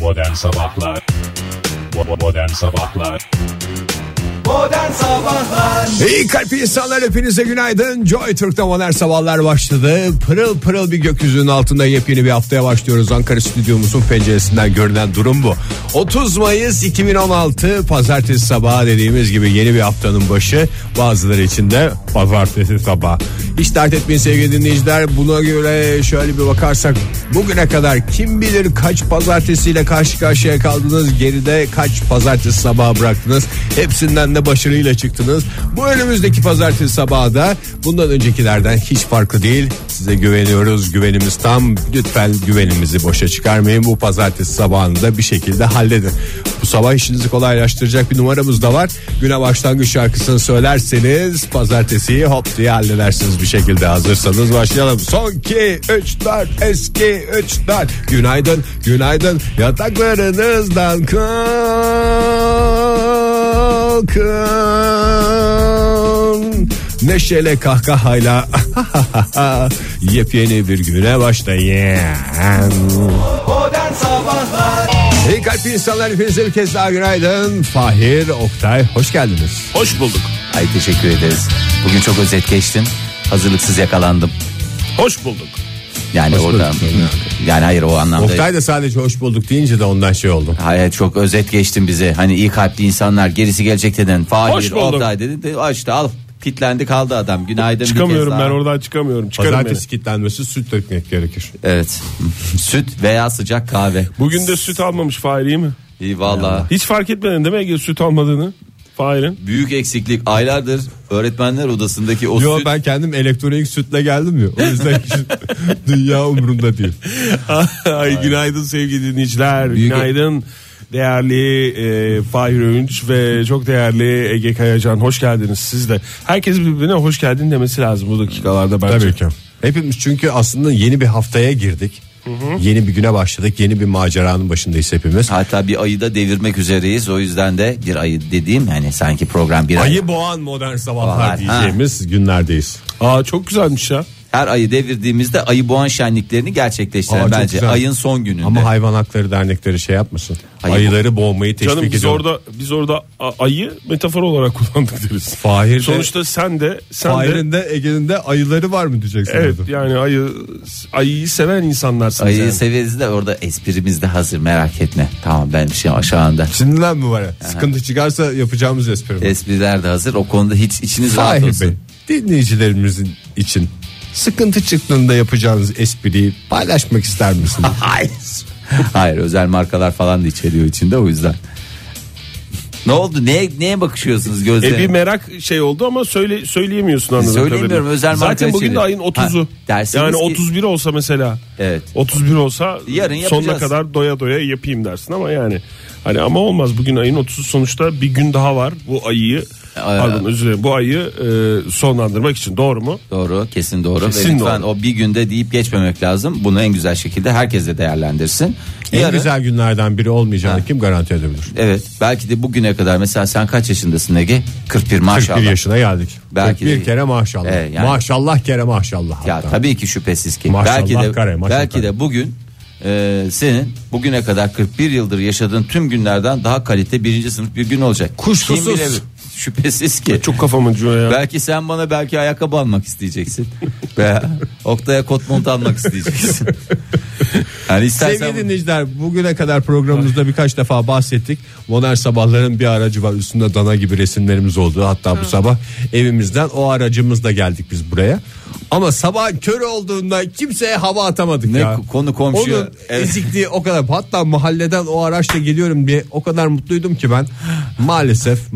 Modern Sabahlar. Modern Sabahlar. Modern Sabahlar. İyi kalp insanlar, hepinize günaydın. Joy Türk'te Modern Sabahlar başladı. Pırıl pırıl bir gökyüzünün altında yepyeni bir haftaya başlıyoruz. Ankara stüdyomuzun penceresinden görünen durum bu. 30 Mayıs 2016 Pazartesi sabahı, dediğimiz gibi yeni bir haftanın başı. Bazıları için de Pazartesi sabahı. Hiç dert etmeyin sevgili dinleyiciler. Buna göre şöyle bir bakarsak, bugüne kadar kim bilir kaç pazartesiyle karşı karşıya kaldınız, geride kaç pazartesi sabahı bıraktınız, hepsinden de başarıyla çıktınız. Bu önümüzdeki pazartesi sabahı da bundan öncekilerden hiç farklı değil. Size güveniyoruz, güvenimiz tam. Lütfen güvenimizi boşa çıkarmayın. Bu pazartesi sabahını da bir şekilde halledin. Bu sabah işinizi kolaylaştıracak bir numaramız da var. Güne başlangıç şarkısını söylerseniz pazartesiyi hop diye halledersiniz bir şekilde. Hazırsanız başlayalım. Son 2, 3, 4, eski 3, 4. Günaydın, günaydın. Yataklarınızdan kalkın. Neşeyle kahkahayla yepyeni bir güne başlayın. Modern Sabahlar. İyi kalp insanlar, hepinize bir kez daha günaydın. Fahir, Oktay, hoş geldiniz. Hoş bulduk. Ay teşekkür ederiz. Bugün çok özet geçtin. Hazırlıksız yakalandım. Hoş bulduk. Yani Hoş oradan. bulduk. Yani hayır, o anlamda. Oktay da sadece hoş bulduk deyince de ondan şey oldu. Hayır, çok özet geçtin bize. Hani iyi kalpli insanlar, gerisi gelecek dedin. Hoş Fahir, bulduk. Oktay dedin. De, işte al. Kitlendi kaldı adam. Günaydın. Çıkamıyorum bir kez ben daha. oradan çıkamıyorum. Çıkarım Pazartesi kilitlenmesi, süt dökmek gerekir. Evet. Süt veya sıcak kahve. beni. Bugün de süt almamış Fahir, iyi mi? İyi valla. Hiç fark etmedin değil mi Ege süt almadığını Fahir'in? Büyük eksiklik. Aylardır öğretmenler odasındaki o Yo, süt. ben kendim elektronik sütle geldim ya. O yüzden dünya umurumda değil. Ay, günaydın sevgili dinleyiciler. Büyük- Günaydın değerli Fahir Öğünç ve çok değerli Ege Kayacan. Hoş geldiniz siz de. Herkes birbirine hoş geldin demesi lazım bu dakikalarda bence. Tabii ki. Hepimiz çünkü aslında yeni bir haftaya girdik. Yeni bir güne başladık. Yeni bir maceranın başındayız hepimiz. Hatta bir ayı da devirmek üzereyiz. O yüzden de bir ayı dediğim, hani sanki program bir ay. Ayı boğan modern sabahlar Var, diyeceğimiz günlerdeyiz. Aa, çok güzelmiş ya. Her ayı devirdiğimizde ayı boğan şenliklerini gerçekleştirelim Aa, çok bence. güzel. Ayın son gününde. Ama hayvan hakları dernekleri şey yapmasın. Ayı Ayıları boğmayı teşvik Canım ediyor. biz orada ayı metafor olarak kullandık deriz. Fahir de, Sonuçta sen de Fahir'in de Ege'nin de ayıları var mı diyeceksin. evet, orada. yani ayıyı seven insanlarsınız. Ayıyı yani. severiz de orada esprimiz de hazır, merak etme. Tamam, ben bir şey aşağında. Şimdiden mi var ya? Sıkıntı çıkarsa yapacağımız espri mi? Espriler de hazır. O konuda hiç içiniz rahat Fahir olsun. Bey, dinleyicilerimizin için sıkıntı çıktığında yapacağınız espriyi paylaşmak ister misiniz? Hayır. Hayır, özel markalar falan da içeriyor içinde, o yüzden. Ne oldu? Neye bakışıyorsunuz gözlerine? Bir merak şey oldu ama söyleyemiyorsun anladığım Söyleyemiyorum, kadarıyla. özel marka Zaten bugün de içeriyor. ayın 30'u. Ha, dersiniz Yani ki- 31 olsa mesela. Evet. 31 olsa Yarın sonuna yapacağız. kadar doya doya yapayım dersin ama yani. Hani ama olmaz, bugün ayın 30'u, sonuçta bir gün daha var bu ayıyı. Pardon, özür dilerim, bu ayı sonlandırmak için, doğru mu? Doğru, kesin doğru. Kesin Ve lütfen doğru. o bir günde deyip geçmemek lazım. Bunu en güzel şekilde herkes de değerlendirsin. En Yarın- güzel günlerden biri olmayacağını kim garanti edebilir? Evet, belki de bugüne kadar, mesela sen kaç yaşındasın Ege? 41 maşallah. 41 yaşına geldik. Belki bir de- kere maşallah. Evet, yani- Maşallah kere maşallah. Ya hatta. tabii ki şüphesiz ki. Maşallah belki de kare, maşallah belki kare. de bugün senin bugüne kadar 41 yıldır yaşadığın tüm günlerden daha kalite birinci sınıf bir gün olacak. Kuşkusuz. Kim bilebilir? Şüphesiz ki. Çok kafam acıyor ya. Belki sen bana belki ayakkabı almak isteyeceksin. Veya Oktay'a kot mont almak isteyeceksin. Yani istersen... Sevgili dinleyiciler, bugüne kadar programımızda birkaç defa bahsettik. Modern Sabahların bir aracı var. Üstünde dana gibi resimlerimiz oldu. Hatta bu sabah evimizden o aracımızla geldik biz buraya. Ama sabah kör olduğunda kimseye hava atamadık Ne ya. konu komşuya. Onun Evet. ezikliği o kadar. Hatta mahalleden o araçla geliyorum diye o kadar mutluydum ki ben. Maalesef.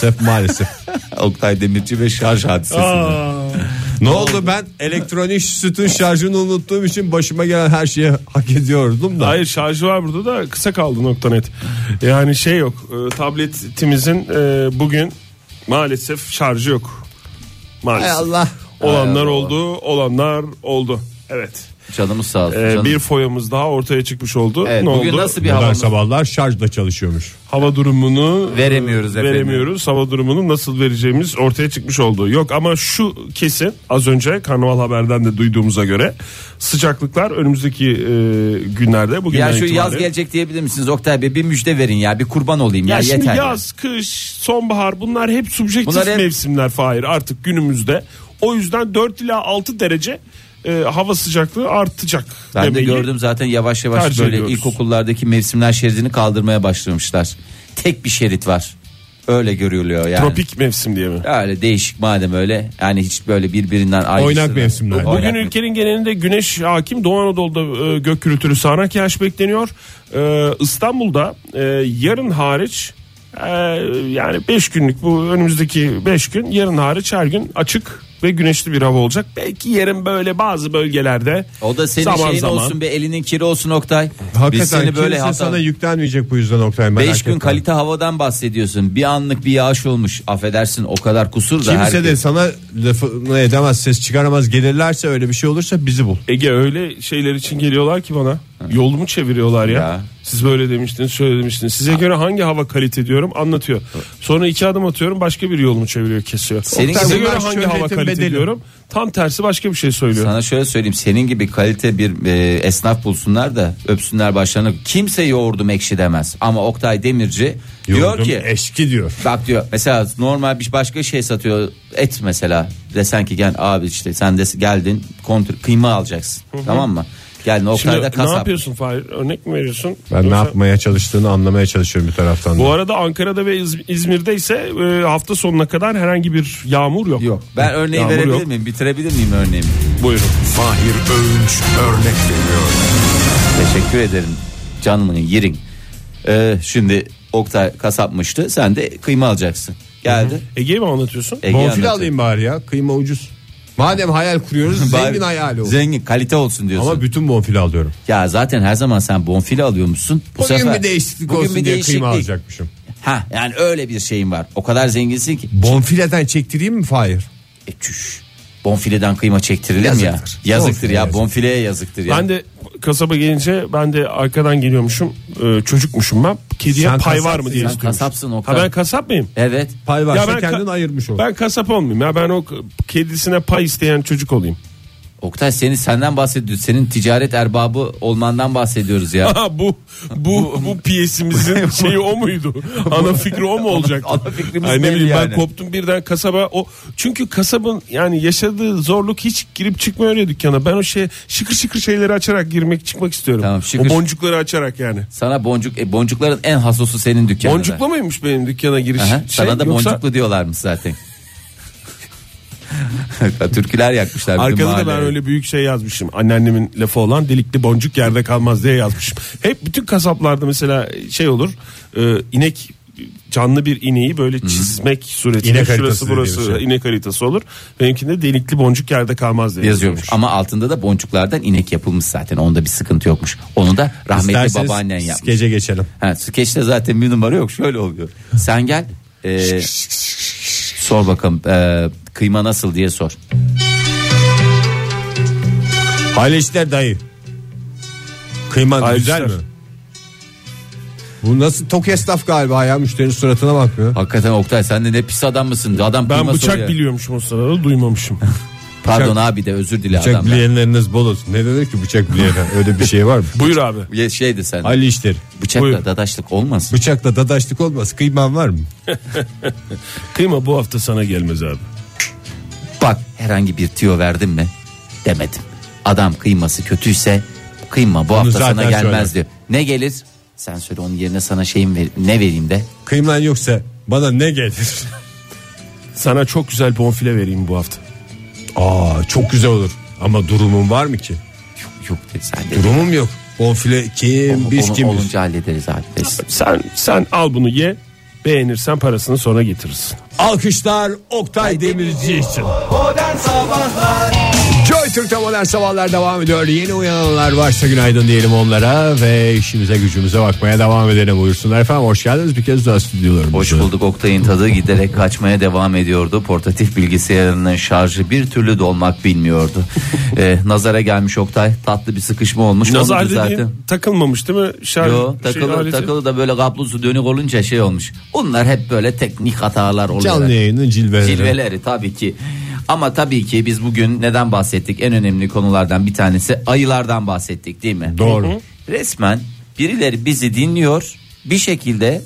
Oktay Demirci ve şarj hadisesi. Ne oldu, ben elektronik sütün şarjını unuttuğum için başıma gelen her şeyi hak ediyordum da. Hayır, şarjı var burada da kısa kaldı .net. Yani şey yok, tabletimizin bugün maalesef şarjı yok. Maalesef. Hay Allah. Olanlar oldu. Evet. Canımız sağ olsun. Bir foyamız daha ortaya çıkmış oldu. Evet, ne bugün oldu? nasıl bir Modern havamız? sabahlar şarjla çalışıyormuş. Hava durumunu Veremiyoruz efendim. veremiyoruz. Hava durumunu nasıl vereceğimiz ortaya çıkmış oldu. Yok ama şu kesin, az önce Karnaval Haber'den de duyduğumuza göre sıcaklıklar önümüzdeki günlerde bugünden Ya şu itibaren. yaz gelecek diyebilir misiniz Oktay Bey? Bir müjde verin ya, bir kurban olayım ya, Ya şimdi yeter. yaz, kış, sonbahar bunlar hep subjektif Bunlar hep- mevsimler Fahir artık günümüzde. O yüzden 4 ila 6 derece hava sıcaklığı artacak. Ben de demeyi gördüm zaten, yavaş yavaş tercih böyle ediyoruz. ilkokullardaki mevsimler şeridini kaldırmaya başlamışlar. Tek bir şerit var. Öyle görülüyor yani. Tropik mevsim diye mi? Öyle değişik madem öyle. Yani hiç böyle birbirinden ayrıştırma. Oynak mevsimler. Bugün Oynak ülkenin genelinde güneş hakim. Doğu Anadolu'da gök gürültülü sağanak yağış bekleniyor. İstanbul'da yarın hariç yani 5 günlük, bu önümüzdeki 5 gün, yarın hariç her gün açık ve güneşli bir hava olacak. Belki yarın böyle bazı bölgelerde O da senin zaman şeyin zaman olsun be, elinin kiri olsun Oktay. Biz Hakikaten seni böyle kimse sana yüklenmeyecek bu yüzden Oktay, merak 5 gün etme. kalite havadan bahsediyorsun. Bir anlık bir yağış olmuş. Affedersin, o kadar kusur da Kimse herkes. de sana lafını edemez, ses çıkaramaz. Gelirlerse, öyle bir şey olursa bizi bul. Ege öyle şeyler için geliyorlar ki bana. Yolumu çeviriyorlar ya. Ya. Siz böyle demiştiniz, şöyle demiştiniz. Size göre hangi hava kalite diyorum, anlatıyor. Sonra 2 adım atıyorum, başka bir yolumu çeviriyor, kesiyor. Senin Size gibi göre bunlar hangi hava şöhretin kalite bedeli. diyorum. Tam tersi başka bir şey söylüyor. Sana şöyle söyleyeyim, senin gibi kalite bir esnaf bulsunlar da öpsünler başlarına. Kimse yoğurdum ekşi demez. Ama Oktay Demirci diyor Yoğurdum ki eşki diyor. bak diyor, mesela normal bir başka şey satıyor, et mesela, desen ki gel abi, işte sen de geldin kıyma alacaksın, tamam mı? Geldin, Oktay Şimdi da ne kasap. yapıyorsun Fahir? Örnek mi veriyorsun? Ben ne Yoksa- yapmaya çalıştığını anlamaya çalışıyorum bir taraftan da. Bu arada Ankara'da ve İzmir'de ise hafta sonuna kadar herhangi bir yağmur yok. Yok. Ben örneği Yağmur verebilir yok. miyim? Bitirebilir miyim örneğimi? Buyurun. Fahir Öğünç örnek veriyor. Teşekkür ederim canımın yerin. Şimdi Oktay kasapmıştı. Sen de kıyma alacaksın. Geldi. Ege'yi mi anlatıyorsun? Ege Bonfile anlatıyor. alayım bari ya, kıyma ucuz. Madem hayal kuruyoruz, Bari zengin hayali olsun. Zengin, kalite olsun diyorsun. Ama bütün bonfile alıyorum. Ya zaten her zaman sen bonfile alıyormuşsun. Bugün bir değişiklik bugün olsun bir diye değişiklik. kıyma alacakmışım. Ha, yani öyle bir şeyin var. O kadar zenginsin ki. Bonfileden çektireyim mi Fahir? Çüş. Bonfileden kıyma çektirilir mi ya? Yazıktır. Yazıktır Bonfile ya. yazık. Bonfileye yazıktır ya. Ben de kasaba gelince, ben de arkadan geliyormuşum, çocukmuşum ben. Kediye Sen pay var kasapsın mı diye ya. Sen istiyormuş. kasapsın Ha, Oktay. ben kasap mıyım? Evet. Pay varsa Ya ben kendin ayırmış ol. Ben kasap olmayayım ya, ben o kedisine pay isteyen çocuk olayım. Oktay senden bahsediyoruz. Senin ticaret erbabı olmandan bahsediyoruz ya. bu piyesimizin şeyi o muydu? Ana fikri o mu olacak? Ana fikrimiz Ay, ne belli bileyim, yani. ben koptum birden kasaba. Çünkü kasabın yani yaşadığı zorluk hiç girip çıkmıyor ya dükkana. Ben o şıkır şıkır şeyleri açarak girmek çıkmak istiyorum. Tamam, şıkır. O boncukları açarak yani. Sana boncukların en hasosu senin dükkanında. Boncuklu muymuş benim dükkana giriş? Aha, sana da yoksa boncuklu diyorlarmış zaten. Türküler yakmışlar. bütün arkada da ben mahalleye. öyle büyük şey yazmışım. Anneannemin lafı olan delikli boncuk yerde kalmaz diye yazmışım. Hep bütün kasaplarda mesela şey olur. İnek, canlı bir ineği böyle çizmek suretiyle, İnek şurası haritası burası dediğimiz şey. inek haritası olur. Benimkinde delikli boncuk yerde kalmaz diye yazıyormuş. Ama altında da boncuklardan inek yapılmış zaten. Onda bir sıkıntı yokmuş. Onu da rahmetli İsterseniz babaannen yapmış. skece geçelim. Ha, skeçte zaten bir numara yok. Şöyle oluyor. Sen gel. Sor bakalım. Kıyma nasıl diye sor. Hayırlı işler dayı. Kıyman Hayırlı güzel işler. mi? Bu nasıl tok esnaf galiba ya, müşterinin suratına bakmıyor. Hakikaten Oktay, sen de ne pis adam mısın? Adam Ben kıyma bıçak soruyor. biliyormuşum o sırada, duymamışım. Pardon abi de özür dile Bıçak adamdan. bileyenleriniz bol olsun. Ne demek ki bıçak bileyen? Öyle bir şey var mı? Buyur abi. Şeydi sen. Hayırlı işler. Bıçakla Buyur. dadaşlık olmasın. Bıçakla dadaşlık olmaz. Kıyman var mı? Kıyma bu hafta sana gelmez abi. Bak, herhangi bir tüyo verdim mi? Demedim. Adam kıyması kötüyse kıyma bu hafta zaten sana gelmez söyle. diyor. Ne gelir? Sen söyle, onun yerine sana ne vereyim de. Kıyman yoksa bana ne gelir? Sana çok güzel bonfile vereyim bu hafta. Aa, çok güzel olur. Ama durumum var mı ki? Yok dedi, sen de. Durumum yok. Bonfile kim, biz kimiz? Olunca hallederiz abi. Sen al bunu ye. Beğenirsen parasını sonra getirirsin. Alkışlar Oktay Demirci için. Modern Sabahlar Joy Türk'te modern sabahlar devam ediyor. Yeni uyananlar varsa günaydın diyelim onlara ve işimize gücümüze bakmaya devam edelim. Buyursunlar efendim, hoş geldiniz bir kez daha stüdyolarımıza. Hoş bulduk. Oktay'ın tadı giderek kaçmaya devam ediyordu. Portatif bilgisayarının şarjı bir türlü dolmak bilmiyordu. Nazara gelmiş Oktay, tatlı bir sıkışma olmuş. Nazar dediğin takılmamış değil mi? Yo, takılı da böyle kablosu dönük olunca şey olmuş. Bunlar hep böyle teknik hatalar oluyor. Canlı yayının cilveleri tabii ki. Ama tabii ki biz bugün neden bahsettik? En önemli konulardan bir tanesi ayılardan bahsettik, değil mi? Doğru. Resmen birileri bizi dinliyor, bir şekilde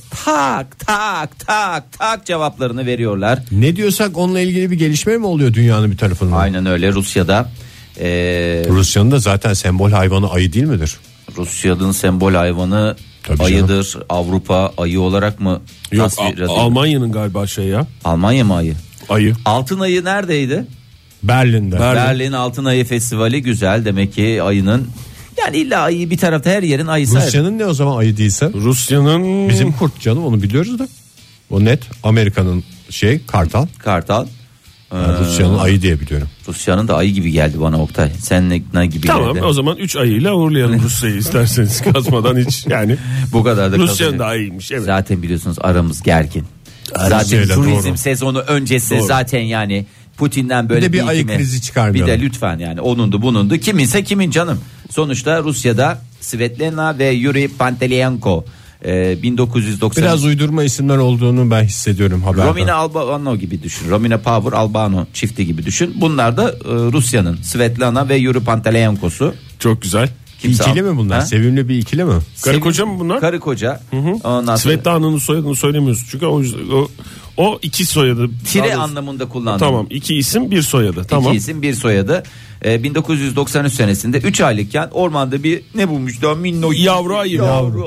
tak cevaplarını veriyorlar. Ne diyorsak onunla ilgili bir gelişme mi oluyor dünyanın bir tarafında? Aynen öyle. Rusya'da Rusya'nın da zaten sembol hayvanı ayı değil midir? Rusya'nın sembol hayvanı tabii ayıdır. Canım. Avrupa ayı olarak mı? Yok, Almanya'nın galiba şey ya. Almanya mı ayı? Ayı. Altın ayı neredeydi? Berlin'de. Berlin Altın Ayı Festivali güzel. Demek ki ayının, yani illa ayı bir tarafta, her yerin ayısı. Rusya'nın ne o zaman ayı değilse? Rusya'nın Bizim kurt canım, onu biliyoruz da. O net. Amerika'nın kartal. Rusya'nın ayı diye biliyorum. Rusya'nın da ayı gibi geldi bana Oktay. Sen ne gibi tamam, geldi? o zaman 3 ayıyla uğurlayalım Rusya'yı isterseniz kazmadan hiç yani. Bu kadar da Rusya'nın da ayıymış. Evet. Zaten biliyorsunuz aramız gergin. Zaten turizm sezonu öncesi zaten yani Putin'den böyle bir ayı krizi çıkarmayalım. Bir de lütfen yani onundu bunundu. Kiminse kimin canım. Sonuçta Rusya'da Svetlana ve Yuri Pantelienko 1990 biraz uydurma isimler olduğunu ben hissediyorum haberde. Romina Albano gibi düşün. Romina Power Albano çifti gibi düşün. Bunlar da Rusya'nın Svetlana ve Yuri Pantelienko'su. Çok güzel. İkili mi bunlar? Ha? Sevimli bir ikili mi? Karı koca mı bunlar? Karı koca. Svetlana'nın soyadını söylemiyorsun. Çünkü o iki soyadı. Tire anlamında kullandım. Tamam, iki isim bir soyadı. Tamam. İki isim bir soyadı. 1993 senesinde 3 aylıkken ormanda bir ne bulmuşlar? Minnoş. Yavru ayı.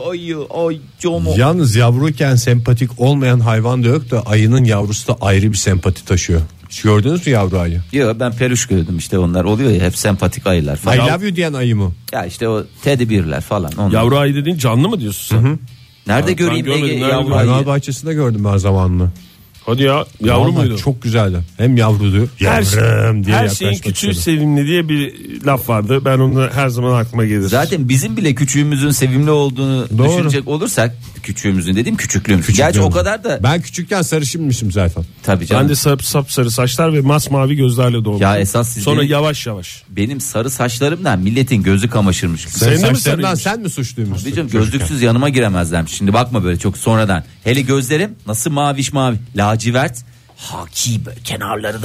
Ay canım. Yalnız yavruyken sempatik olmayan hayvan da yok da ayının yavrusu da ayrı bir sempati taşıyor. Hiç gördünüz mü yavru ayı? Yok, ben peluş gördüm işte, onlar oluyor ya hep sempatik ayılar falan. I love you diyen ayı mı? Ya işte o teddy bear'ler falan. Onlar. Yavru ayı dediğin canlı mı diyorsun sen? Hı-hı. Nerede göreyim yavru ayı? Hayvan bahçesinde gördüm ben zamanını. Hadi ya, yavru muydu? Çok güzeldi. Hem yavruydu. Her şeyin küçüğü sevimli diye bir laf vardı. Ben onu her zaman aklıma gelir. Zaten bizim bile küçüğümüzün sevimli olduğunu düşünecek olursak, küçüğümüzün dediğim küçüklüğümüz. Gerçi o kadar da. Ben küçükken sarışınmışım zaten. Tabii canım. Ben de sapsarı saçlar ve masmavi gözlerle doğmuşum. Ya esas siz sonra yavaş yavaş. Benim sarı saçlarımdan milletin gözü kamaşırmış. Senin saçlarından sen mi suçluymuşsun? Tabii canım, gözlüksüz yanıma giremezlermiş. Şimdi bakma böyle çok sonradan. Hele gözlerim nasıl maviş mavi. Lacivert. Haki, kenarları da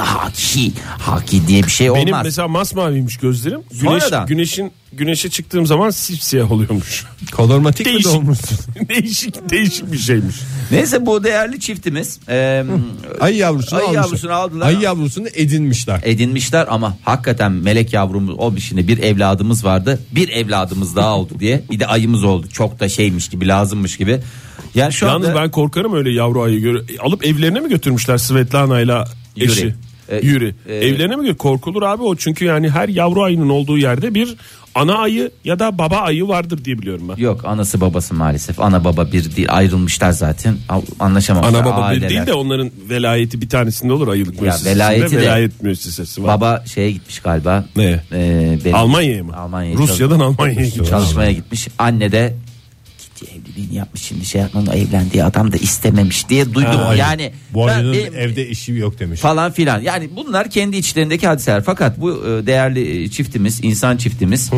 haki diye bir şey olmaz. Benim mesela masmaviymiş gözlerim. Güneşe çıktığım zaman sipsiyah oluyormuş. Kolormatik mi olmuşsun? değişik bir şeymiş. Neyse, bu değerli çiftimiz ayı yavrusunu aldılar. Ayı yavrusunu edinmişler ama hakikaten melek yavrumuz o, bir evladımız vardı. Bir evladımız daha oldu diye. Bir de ayımız oldu. Çok da şeymiş gibi, lazımmış gibi. Yani şu yalnız anda... ben korkarım öyle yavru ayı alıp evlerine mi götürmüşler Svetlana ile eşi? Yuri. Evlerine mi korkulur abi o, çünkü yani her yavru ayının olduğu yerde bir ana ayı ya da baba ayı vardır diye biliyorum ben. Yok, anası babası maalesef. Ana baba bir değil, ayrılmışlar zaten. Anlaşamamışlar. Ana baba bir değil de onların velayeti bir tanesinde olur ayılık müessesesinde. Velayet müessesesi var. Baba şeye gitmiş galiba. Ne? Almanya'ya mı? Rusya'dan Almanya'ya gitmiş. Çalışmaya gitmiş. Anne de evliliğini yapmış, şimdi evlendiği adam da istememiş diye duydum. Yani bu ayının evde işi yok demiş. Falan filan. Yani bunlar kendi içlerindeki hadiseler. Fakat bu değerli çiftimiz, insan çiftimiz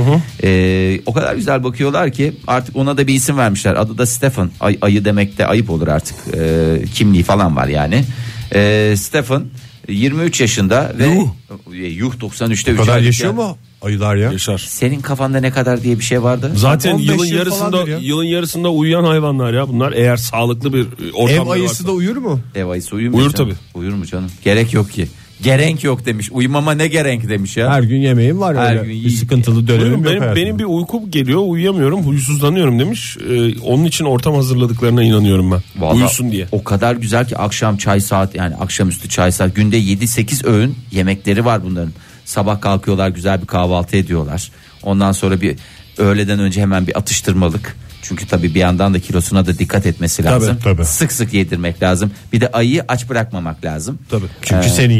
o kadar güzel bakıyorlar ki artık ona da bir isim vermişler. Adı da Stefan. Ayı demek de ayıp olur artık. Kimliği falan var yani. Stefan 23 yaşında ve yuh 93'te 3 kadar yaşıyor mu ayılar ya? Yaşar. Senin kafanda ne kadar diye bir şey vardı? Zaten yılın yarısında uyuyan hayvanlar ya bunlar, eğer sağlıklı bir ortamda. Ev ayısı da uyur mu? Ev ayısı uyur mu? Uyur tabii. Uyur mu canım? Gerek yok ki. Gerek yok demiş. Uyumama ne gerek demiş ya. Her gün yemeğim var. Her gün bir sıkıntılı dönemim yok. Benim bir uykum geliyor, uyuyamıyorum, huysuzlanıyorum demiş. Onun için ortam hazırladıklarına inanıyorum ben. Vallahi uyusun diye. O kadar güzel ki akşam çay saat, yani akşamüstü çay saat, günde 7-8 öğün yemekleri var bunların. Sabah kalkıyorlar, güzel bir kahvaltı ediyorlar. Ondan sonra bir öğleden önce hemen bir atıştırmalık. Çünkü tabii bir yandan da kilosuna da dikkat etmesi lazım. Tabii. Sık sık yedirmek lazım. Bir de ayıyı aç bırakmamak lazım. Tabii. Çünkü seni yer.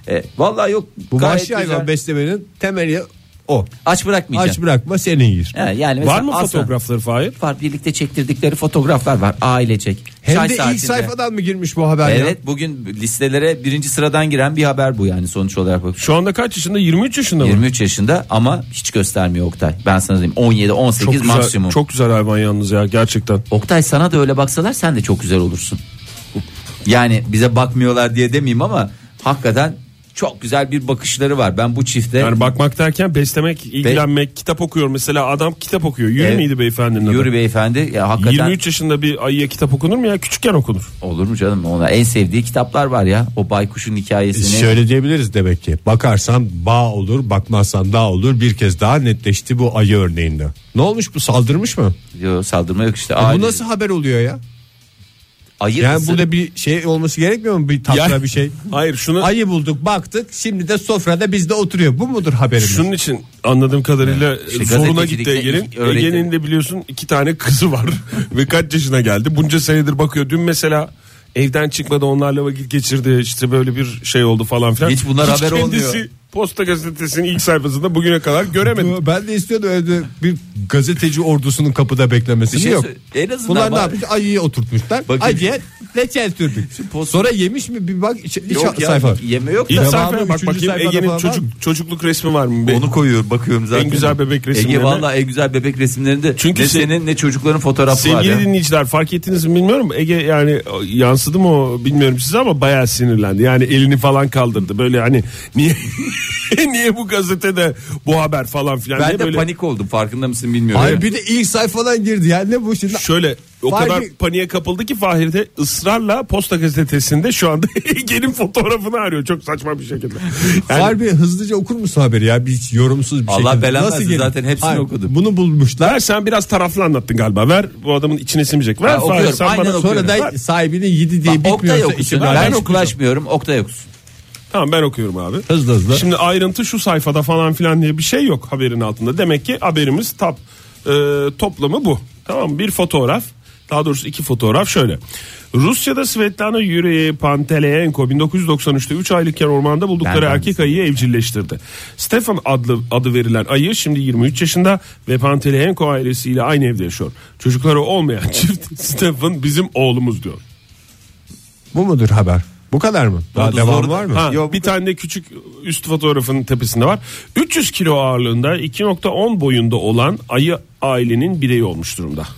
Vallahi yok. Bu gayet vahşi hayvan güzel. beslemenin temeli o. Aç bırakmayacaksın. Aç bırakma, senin yer. Yani mesela Var mı aslan- fotoğrafları Fahir? Var, birlikte çektirdikleri fotoğraflar var, ailecek. Hem Çay de ilk saatinde. sayfadan mı girmiş bu haber ya? Evet, bugün listelere birinci sıradan giren bir haber bu yani sonuç olarak. Şu anda kaç yaşında? 23 yaşında mı? 23 yaşında ama hiç göstermiyor Oktay. Ben sana diyeyim 17-18 Çok güzel, maksimum. çok güzel hayvan yalnız ya gerçekten. Oktay, sana da öyle baksalar sen de çok güzel olursun. Yani bize bakmıyorlar diye demeyeyim ama hakikaten çok güzel bir bakışları var. Ben bu çifte Yani bakmak derken beslemek, ilgilenmek, kitap okuyor mesela, adam kitap okuyor. Yuri miydi beyefendinin adı? Yuri beyefendi ya, hakikaten 23 yaşında bir ayıya kitap okunur mu ya? Küçükken okunur. olur mu canım? Ona en sevdiği kitaplar var ya. O baykuşun hikayesini. Şöyle diyebiliriz demek ki. Bakarsan bağ olur, bakmazsan dağ olur. Bir kez daha netleşti bu ayı örneğinde. Ne olmuş, bu saldırmış mı? Yo, saldırma yok işte. Bu nasıl haber oluyor ya? Ayı Yani ısırıp- burada bir şey olması gerekmiyor mu? Bir tatlı Ya- bir şey. Hayır, şunu Ayı bulduk, baktık, şimdi de sofrada bizde oturuyor. Bu mudur haberimiz? şunun için anladığım kadarıyla İşte zoruna gazetecilikte gitti Ege'nin. ilk öğretim. Ege'nin de biliyorsun 2 tane kızı var ve kaç yaşına geldi. Bunca senedir bakıyor. Dün mesela evden çıkmadı, onlarla vakit geçirdi. İşte böyle bir şey oldu falan filan. Hiç bunlar haber kendisi olmuyor. Posta Gazetesi'nin ilk sayfasında bugüne kadar göremedim. Ben de istiyordum evde bir gazeteci ordusunun kapıda beklemesini. Bir şey yok. en azından Bunlar ne bak- yapmış? Ayıyı oturtmuşlar. Bakın. Ayıya reçel sürdük. Sonra yemiş mi bir bak Yok ya, sayfa. yeme yok İlk da. sayfaya bak üçüncü bakayım, sayfada Ege'nin falan var mı? çocukluk resmi var mı? Onu koyuyor, bakıyorum zaten. En güzel bebek resimlerine. Ege vallahi en güzel bebek resimlerinde. Çünkü ne şey- senin ne çocukların fotoğrafı var Sevgili ya. dinleyiciler, fark ettiniz mi bilmiyorum. Ege yani yansıdı mı o bilmiyorum size ama bayağı sinirlendi. Yani elini falan kaldırdı. Böyle hani niye bu gazetede bu haber falan filan Ben diye de böyle. panik oldum, farkında mısın bilmiyorum. Ay bir de ilk sayfadan girdi yani, ne bu şimdi? Şöyle o Fahir- kadar paniğe kapıldı ki Fahir de ısrarla Posta Gazetesi'nde şu anda Ege'nin fotoğrafını arıyor. Çok saçma bir şekilde. Yani Harbi hızlıca okur musun haberi ya? Bir yorumsuz bir Allah şekilde. belanı Nasıl versin, gelir? zaten hepsini Hayır, okudum. Bunu bulmuşlar. ver, sen biraz taraflı anlattın galiba. Ver, bu adamın içine sinmeyecek. Ver Ha, Fahir, okuyorum, sen aynen bana okuyorum. Sonra Ver. da sahibinin yedi diye Bak, Oktay bitmiyorsa okusun. içim Ben rahat. okulaşmıyorum. Oktay okusun. Tamam, ben okuyorum abi. Hızlı hızlı. Şimdi ayrıntı şu sayfada falan filan diye bir şey yok haberin altında. Demek ki haberimiz toplamı bu. Tamam mı? Bir fotoğraf, daha doğrusu 2 fotoğraf şöyle. Rusya'da Svetlana Yuri Panteleyenko 1993'te 3 aylıkken ormanda buldukları Ben erkek ayıyı evcilleştirdi. Stefan adı verilen ayı şimdi 23 yaşında ve Panteleyenko ailesiyle aynı evde yaşıyor. Çocukları olmayan çift Stefan bizim oğlumuz diyor. Bu mudur haber? Bu kadar mı? Daha Zor- devam var mı? Ha, bir tane de küçük üst fotoğrafın tepesinde var. 300 kilo ağırlığında 2.10 boyunda olan ayı ailenin bireyi olmuş durumda.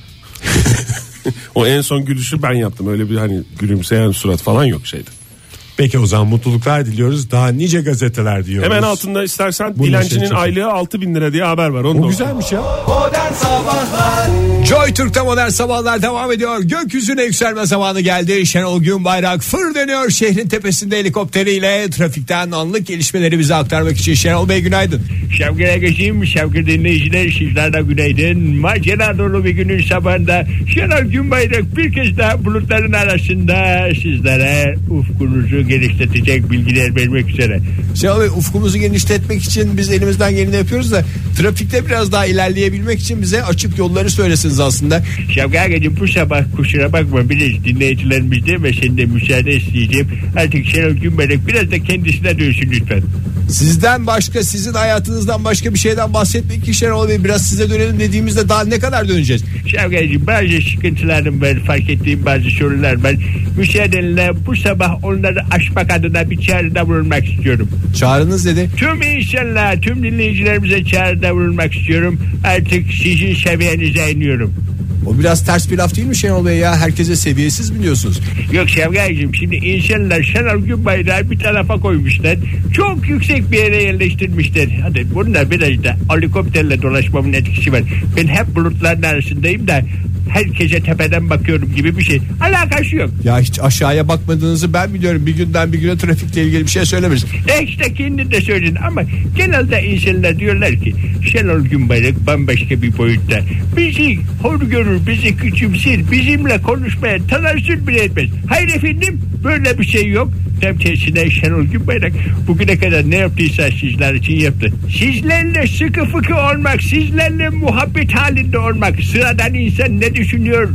O en son gülüşü ben yaptım. Öyle bir hani gülümseyen surat falan yok şeyde. Peki o zaman mutluluklar diliyoruz. Daha nice gazeteler diyoruz. Hemen altında istersen Bu dilencinin neşe çok- aylığı 6.000 lira diye haber var. Onu da O güzelmiş ya. Modern Sabahlar Joy Türk'te modern sabahlar devam ediyor. Gökyüzüne yükselme zamanı geldi. Şenol Günbayrak fır dönüyor şehrin tepesinde helikopteriyle. Trafikten anlık gelişmeleri bize aktarmak için. Şenol Bey günaydın. Şevket Agacığım, sevgili dinleyiciler, sizlerle günaydın. Macera dolu bir günün sabahında Şenol Günbayrak bir kez daha bulutların arasında sizlere ufkunuzu genişletecek bilgiler vermek üzere. Şenol Bey, ufkumuzu genişletmek için biz elimizden geleni yapıyoruz da trafikte biraz daha ilerleyebilmek için bize açık yolları söylesiniz aslında. Şevket Agacığım, bu sabah kusura bakma, biraz dinleyicilerimizde ve senin de müsaade isteyeceğim. Artık Şenol Günbayrak biraz da kendisine dönsün lütfen. Sizden başka, sizin hayatınızdan başka bir şeyden bahsetmek ki Şenol Bey, biraz size dönelim dediğimizde daha ne kadar döneceğiz? Şevketciğim, bazı sıkıntılarım var, fark ettiğim bazı sorular var. Müsaadenle bu sabah onları aşmak adına bir çağrıda bulunmak istiyorum. Çağrınız dedi. Tüm insanlar, tüm dinleyicilerimize çağrıda bulunmak istiyorum. Artık sizin seviyenize iniyorum. O biraz ters bir laf değil mi Şenol Bey ya? Herkese seviyesiz biliyorsunuz. Yok Şevketciğim, şimdi insanlar Şenol Günbayrak'ı bir tarafa koymuşlar. Çok yüksek bir yere yerleştirmişler. Hadi bunlar biraz da helikopterle dolaşmamın etkisi var. Ben hep bulutların arasındayım da herkese tepeden bakıyorum gibi bir şey. Alakası yok. Ya hiç aşağıya bakmadığınızı ben biliyorum. Bir günden bir güne trafikle ilgili bir şey söylemeriz. İşte kendi de söyledin ama genelde insanlar diyorlar ki Şenol Günbayrak bambaşka bir boyutta. Bizi hor görür, bizi küçümser, bizimle konuşmaya tenezzül bile etmez. Hayır efendim, böyle bir şey yok. Tam tersine Şenol Günbayrak bugüne kadar ne yaptıysa sizler için yaptı. Sizlerle sıkı fıkı olmak, sizlerle muhabbet halinde olmak, sıradan insan ne düşünüyor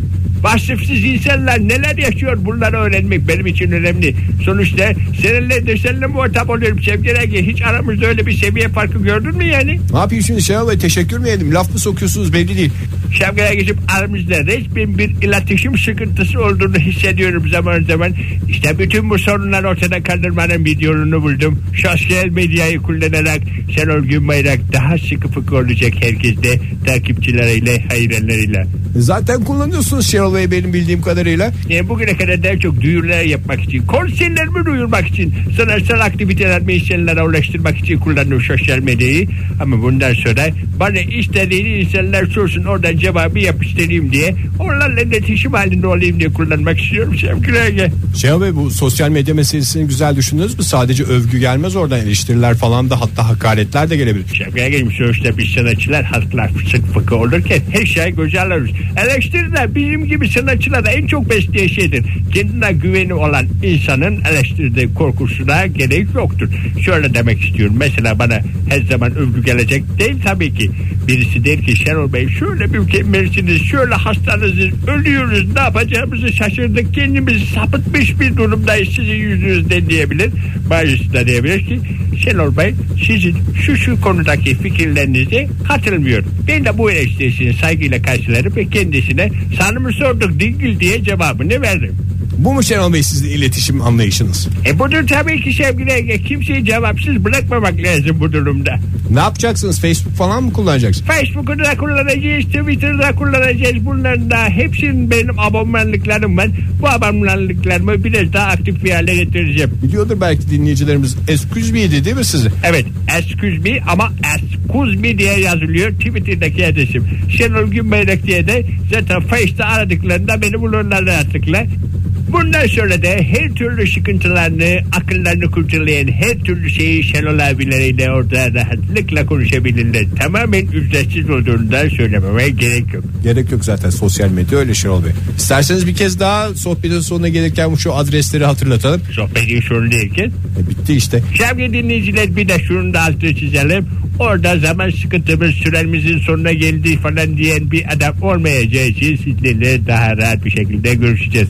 Vasıfsız insanlar neler yaşıyor, bunları öğrenmek benim için önemli. Sonuçta senelerdir seninle muhatap oluyorum Şevket Ege. Hiç aramızda öyle bir seviye farkı gördün mü yani? Ne yapayım şimdi Şenol Bey, teşekkür mü edeyim? Laf mı sokuyorsunuz belli değil. Şevket Ege'cim, aramızda resmen bir iletişim sıkıntısı olduğunu hissediyorum zaman zaman. İşte bütün bu sorunları ortadan kaldırmanın bir yolunu buldum. Sosyal medyayı kullanarak Şenol Günbayrak daha sıkı fıkı olacak herkesle, takipçileriyle, hayranlarıyla. Zaten kullanıyorsunuz Şenol Bey benim bildiğim kadarıyla. Bugüne kadar daha çok duyurular yapmak için, konserlerimi duyurmak için, sanatsal aktivitelerimi insanlara ulaştırmak için kullanıyorum sosyal medyayı. Ama bundan sonra bana istediğini insanlar sorsun, oradan cevabı yapıştırayım diye, onlarla iletişim halinde olayım diye kullanmak istiyorum sevgilerle. Şenol Bey, bu sosyal medya meselesini güzel düşündünüz mü? Sadece övgü gelmez oradan, eleştiriler falan da, hatta hakaretler de gelebilir. Sevgilerle, sonuçta biz sanatçılar halklar sık fıkı olurken her şeyi göze alırız. Eleştiriler bizim gibi sanatçılara en çok besleyen şeydir. Kendine güveni olan insanın eleştirdiği korkusuna gerek yoktur. Şöyle demek istiyorum. Mesela bana her zaman övgü gelecek değil tabii ki. Birisi der ki Şenol Bey şöyle mükemmelsiniz, şöyle hastanız, ölüyoruz, ne yapacağımızı şaşırdık, kendimizi sapıtmış bir durumdayız sizin yüzünüzden diyebilir. Bazısı da diyebilir ki Şenol Bey sizin şu konudaki fikirlerinize katılmıyorum. Ben de bu eleştirisini saygıyla karşılarım ve kendisine sanımı sorduk dingil diye cevabını verdim. Bu mu Şenol Bey sizin iletişim anlayışınız? Budur tabii ki sevgili Ege. Kimseyi cevapsız bırakmamak lazım bu durumda. Ne yapacaksınız? Facebook falan mı kullanacaksınız? Facebook'u da kullanacağız, Twitter'da kullanacağız. Bunların da hepsinin benim abonmanlıklarım var. Bu abonmanlıklarımı biraz daha aktif bir hale getireceğim. Biliyordur belki dinleyicilerimiz. Excuse değil mi sizi? Evet, excuse me ama excuse me diye yazılıyor Twitter'daki adresim. Şenol Günbayrak diye de zaten Face'te aradıklarında beni bulurlar rahatlıkla. Bundan sonra da her türlü sıkıntılarını, akıllarını kurcalayan her türlü şeyi Şenol abileriyle orada rahatlıkla konuşabilirler. Tamamen ücretsiz olduğundan söylememe gerek yok. Gerek yok zaten, sosyal medya öyle Şenol Bey. İsterseniz bir kez daha sohbetin sonuna gelirken şu adresleri hatırlatalım. Sohbetin sonu derken? Bitti işte. Sevgili dinleyiciler, bir de şunu da altını çizelim. Orada zaman sıkıntımız, süremizin sonuna geldi falan diyen bir adam olmayacağı için sizlerle daha rahat bir şekilde görüşeceğiz.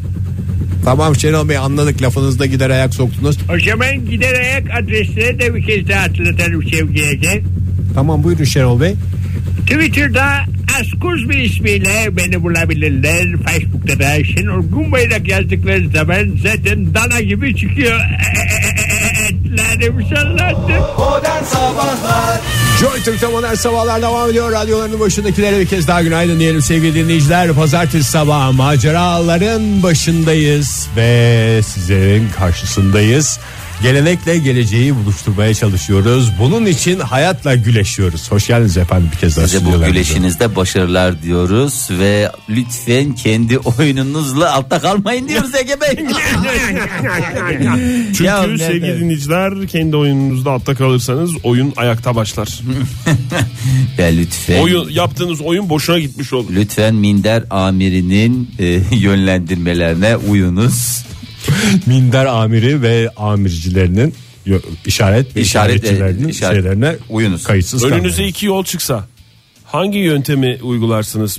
Tamam Şenol Bey, anladık, lafınızda gider ayak soktunuz. O zaman gider ayak adresleri de bir kez daha hatırlatalım sevgiye. Tamam, buyurun Şenol Bey. Twitter'da Askuzbi ismiyle beni bulabilirler. Facebook'ta da Şenol Günbayrak yazdıkları zaman zaten dana gibi çıkıyor. Etlerim sallandı. Modern Sabahlar. Joy Türk'te modern sabahlar devam ediyor. Radyolarının başındakilere bir kez daha günaydın diyelim sevgili dinleyiciler. Pazartesi sabahı maceraların başındayız ve sizlerin karşısındayız. Gelenekle geleceği buluşturmaya çalışıyoruz. Bunun için hayatla güleşiyoruz. Hoş geldiniz efendim bir kez daha. Size bu güleşinizde başarılar diyoruz ve lütfen kendi oyununuzla altta kalmayın diyoruz Ege Bey. Çünkü sevgili dinleyiciler, kendi oyununuzda altta kalırsanız oyun ayakta başlar. Ve lütfen Yaptığınız oyun boşuna gitmiş olur. lütfen Minder amirinin yönlendirmelerine uyunuz. Minder amiri ve amircilerinin işaretçilerinin şeylerine uyunuz. Kayıtsız Önünüze kalmayın. iki yol çıksa hangi yöntemi uygularsınız?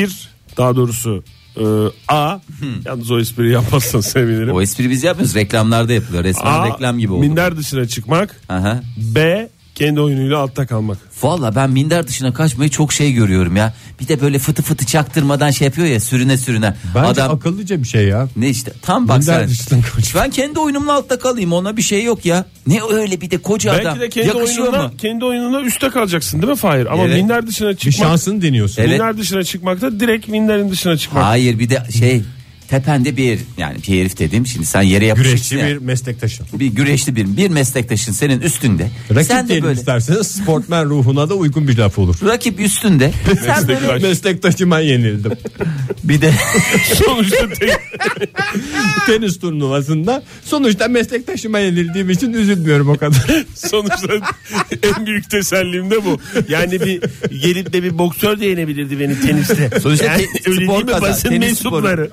A. Yalnız o espriyi yapmazsan sevinirim. O espri biz yapmıyoruz, reklamlarda yapılıyor. Resmen reklam gibi oldu. Minder dışına çıkmak. Aha. B. Kendi oyunuyla altta kalmak. Valla ben minder dışına kaçmayı çok görüyorum ya. Bir de böyle fıtı fıtı çaktırmadan şey yapıyor ya, sürüne. Bence Adam akıllıca bir şey ya. ne işte tam bak Minder sen. dışından kaç. Ben kendi oyunumla altta kalayım, ona bir şey yok ya. Ne öyle bir de koca Belki adam. de kendi oyununa üstte kalacaksın değil mi Fahir? Ama Evet. minder dışına Bir çıkmak. şansını deniyorsun. Evet. Minder dışına çıkmakta direkt minderin dışına çıkmak. Hayır, bir de tepende bir herif dedim, şimdi sen yere yapışıksın Güreşçi ya. bir meslektaşın. Bir güreşli bir meslektaşın senin üstünde. Rakip sen de diyelim böyle isterseniz, sportmen ruhuna da uygun bir laf olur. rakip üstünde. sen böyle Meslektaşıma yenildim. bir de Sonuçta Tenis turnuvasında sonuçta meslektaşıma yenildiğim için üzülmüyorum o kadar. sonuçta en büyük tesellim de bu. Yani bir gelip de bir boksör de yenebilirdi beni teniste. Sonuçta Yani öyle spor değil mi? kazan, Basın tenis mensupları.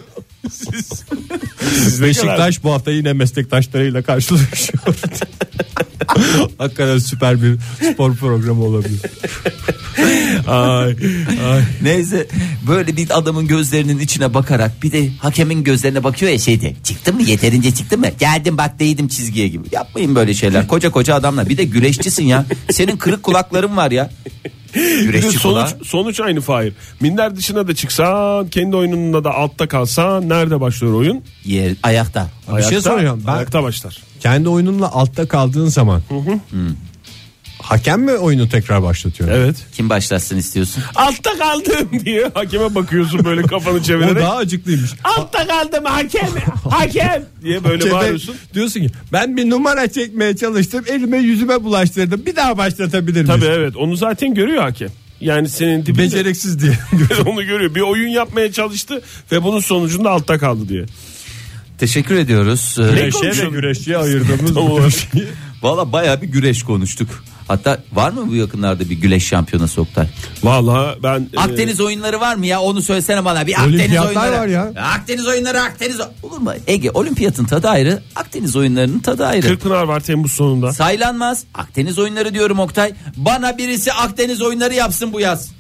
Siz Beşiktaş bu hafta yine meslektaşlarıyla karşılaşıyor. Hakikaten süper bir spor programı olabilir. neyse Böyle bir adamın gözlerinin içine bakarak bir de hakemin gözlerine bakıyor ya şeyde. Çıktın mı, yeterince çıktın mı? Geldim bak değdim çizgiye gibi. Yapmayın böyle şeyler. Koca adamlar. Bir de güreşçisin ya. Senin kırık kulakların var ya. Güreşçi sonuç aynı Fahir. Minder dışına da çıksan, kendi oyununda da altta kalsan nerede başlıyor oyun? Ayakta. Bir şey soracağım. Ayakta başlar. Kendi oyununla altta kaldığın zaman hakem mi oyunu tekrar başlatıyor? Evet. Kim başlatsın istiyorsun? Altta kaldım diye hakeme bakıyorsun böyle kafanı çevirerek. O daha acıklıymış. Altta kaldım hakem diye böyle bağırıyorsun. Diyorsun ki ben bir numara çekmeye çalıştım, elime yüzüme bulaştırdım, bir daha başlatabilir miyim? Tabii evet, onu zaten görüyor hakem. Yani senin dibinde. Beceriksiz diye. Onu görüyor. Bir oyun yapmaya çalıştı ve bunun sonucunda altta kaldı diye. Teşekkür ediyoruz. Güreşe ve güreşçiye ayırdığımız Valla bayağı bir güreş konuştuk. Hatta var mı bu yakınlarda bir güreş şampiyonası Oktay? Vallahi ben Akdeniz oyunları var mı ya, onu söylesene bana. Bir Akdeniz oyunları var ya. Akdeniz oyunları olur mu? Ege, olimpiyatın tadı ayrı, Akdeniz oyunlarının tadı ayrı. Kırkpınar var Temmuz sonunda. Saylanmaz. Akdeniz oyunları diyorum Oktay. Bana birisi Akdeniz oyunları yapsın bu yaz.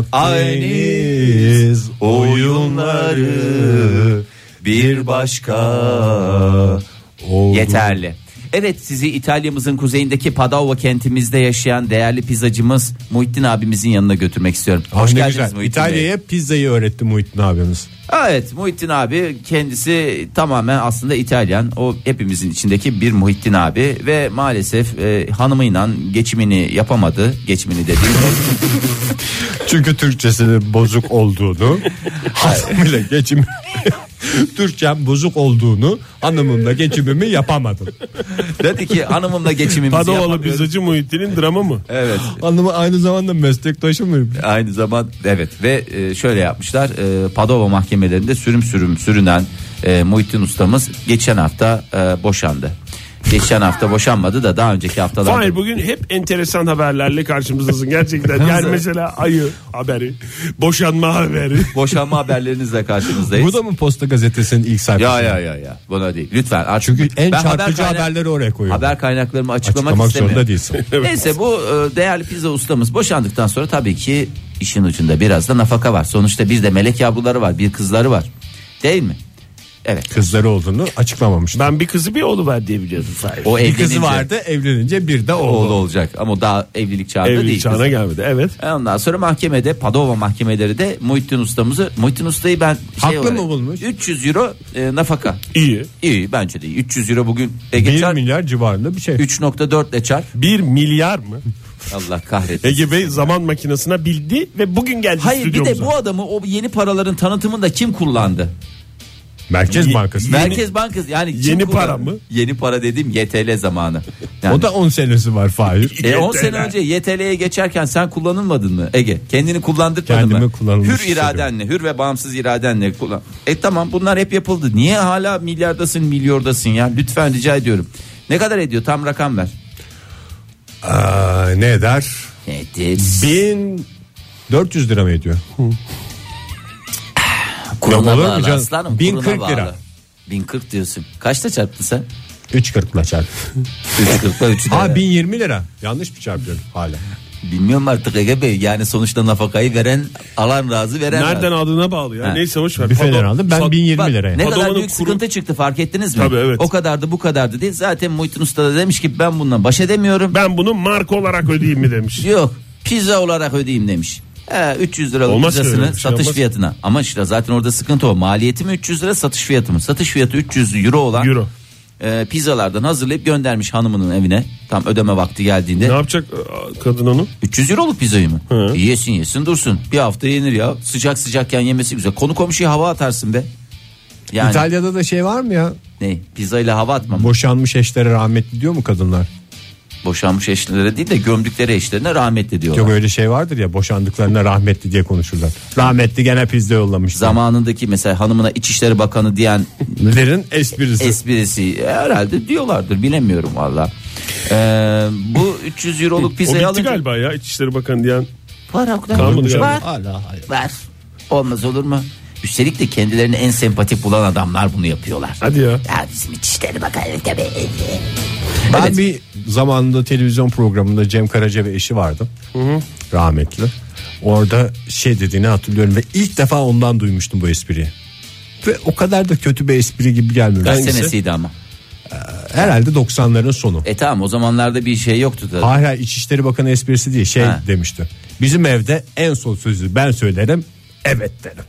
Akdeniz oyunları bir başka. Yeterli. Evet, sizi İtalya'mızın kuzeyindeki Padova kentimizde yaşayan değerli pizzacımız Muhittin abimizin yanına götürmek istiyorum. Hoş geldiniz güzel. Muhittin Bey. İtalya'ya pizzayı öğretti Muhittin abimiz. Evet, Muhittin abi kendisi tamamen aslında İtalyan. O hepimizin içindeki bir Muhittin abi ve maalesef hanımıyla geçimini yapamadı. Geçimini dediğim Çünkü Türkçesinin bozuk olduğunu, hanımıyla geçim Türkçem bozuk olduğunu, hanımımla geçimimi yapamadım. dedi ki hanımımla geçimimizi Padovalı yapamıyoruz. pizzacı Muhittin'in dramı mı? Evet. Hanımı aynı zamanda meslektaşım mıyım? Aynı zaman evet ve şöyle yapmışlar. Padova mahkemelerinde sürünen Muhittin ustamız geçen hafta boşandı. Geçen hafta boşanmadı da daha önceki haftalarda. Hayır, bugün hep enteresan haberlerle karşımızdasın gerçekten. Yani mesela ayı haberi, boşanma haberi. Boşanma haberlerinizle karşınızdayız. Bu da mı Posta Gazetesi'nin ilk sayfası? Ya. Buna değil. Lütfen. Artık Çünkü en ben çarpıcı haberleri oraya koyuyorum. Haber kaynaklarımı açıklamak Açıklamak istemiyorum. zorunda değilsin. Neyse, bu değerli pizza ustamız boşandıktan sonra tabii ki işin ucunda biraz da nafaka var. Sonuçta bir de melek yavruları var, bir kızları var. Değil mi? Evet. Kızları olduğunu açıklamamıştı. Ben bir kızı bir oğlu var diye biliyordum. O Bir evlenince, kızı vardı, evlenince bir de oğlu olacak ama o daha evlilik çağında değil. Evlilik çağına gelmedi, evet. Ondan sonra mahkemede, Padova mahkemeleri de Muhittin Usta'yı ben haklı mı bulmuş? 300 euro nafaka. İyi bence de iyi. 300 euro bugün 1 milyar civarında bir şey. 3.4 ile çarp. 1 milyar mı? Allah kahretsin. Ege Bey zaman makinesine bildi ve bugün geldi Hayır, bir stüdyomuza. de bu adamı, o yeni paraların tanıtımında kim kullandı? Merkez Bankası. Merkez Bankası yani Yeni para mı? Yeni para dediğim YTL zamanı. Yani, O da 10 senesi var Fahir. 10 sene önce YTL'ye geçerken sen kullanılmadın mı Ege? Kendini kullandırmadın Kendimi mı? kullanılmış Hür hissediyorum. iradenle, hür ve bağımsız iradenle kullan. Tamam, bunlar hep yapıldı. Niye hala milyardasın, milyordasın ya? Lütfen rica ediyorum. Ne kadar ediyor? Tam rakam ver. Ne eder? Nedir? 1400 lira mı ediyor? Kuruna Olur mu bağlı canım? aslanım. 1040 kuruna lira. bağlı. 1040 diyorsun. Kaçta çarptın sen? 3.40'la çarp. 340'la 3 lira. 1020 lira. Yanlış mı çarpıyorum hala? Bilmiyorum artık Ege Bey. Yani sonuçta nafakayı veren, alan razı, veren Nereden razı. aldığına bağlı ya. Ha. Neyse boş ver. Büfeden aldım. Ben 1020 Bak, liraya. ne kadar Padova'nın büyük sıkıntı çıktı, fark ettiniz mi? Tabii, evet. O kadardı, bu kadardı diye. Zaten Muhittin Usta da demiş ki ben bundan baş edemiyorum. Ben bunu marka olarak ödeyeyim mi demiş. Yok, pizza olarak ödeyeyim demiş. 300 liralık Olmaz pizzasını öyle bir şey, satış olmaz. fiyatına. Ama işte zaten orada sıkıntı o. Maliyeti mi 300 lira, satış fiyatı mı? Satış fiyatı 300 euro olan Euro. Pizzalardan hazırlayıp göndermiş hanımının evine. Tam ödeme vakti geldiğinde. Ne yapacak kadın onu? 300 euroluk pizzayı mı? Hı. Yesin dursun. Bir hafta yenir ya. Sıcakken yemesi güzel. Konu komşuya hava atarsın be. Yani İtalya'da da şey var mı ya? ne? Pizzayla hava atma mı? Boşanmış eşlere rahmetli diyor mu kadınlar? Boşanmış eşlere değil de gömdükleri eşlerine rahmetli diyorlar. Çok öyle şey vardır ya, boşandıklarına rahmetli diye konuşurlar. Rahmetli gene pizza yollamış. Zamanındaki mesela hanımına İçişleri Bakanı diyen Lerin esprisi. herhalde diyorlardır, bilemiyorum valla. Bu 300 euroluk O pizzayı bitti alınca galiba ya, İçişleri Bakanı diyen. var. Kalmadı galiba. Var. Olmaz olur mu? Üstelik de kendilerini en sempatik bulan adamlar bunu yapıyorlar. Hadi ya. Ya bizim İçişleri Bakanı tabii. Ben Evet. bir zamanında televizyon programında Cem Karaca ve eşi vardı. Rahmetli. Orada şey dediğini hatırlıyorum ve ilk defa ondan duymuştum bu espriyi. Ve o kadar da kötü bir espri gibi gelmiyor. Kaç senesiydi ama? Herhalde 90'ların sonu. Tamam, o zamanlarda bir şey yoktu da. Hala İçişleri Bakanı esprisi değil, demişti. Bizim evde en son sözü ben söylerim, evet derim.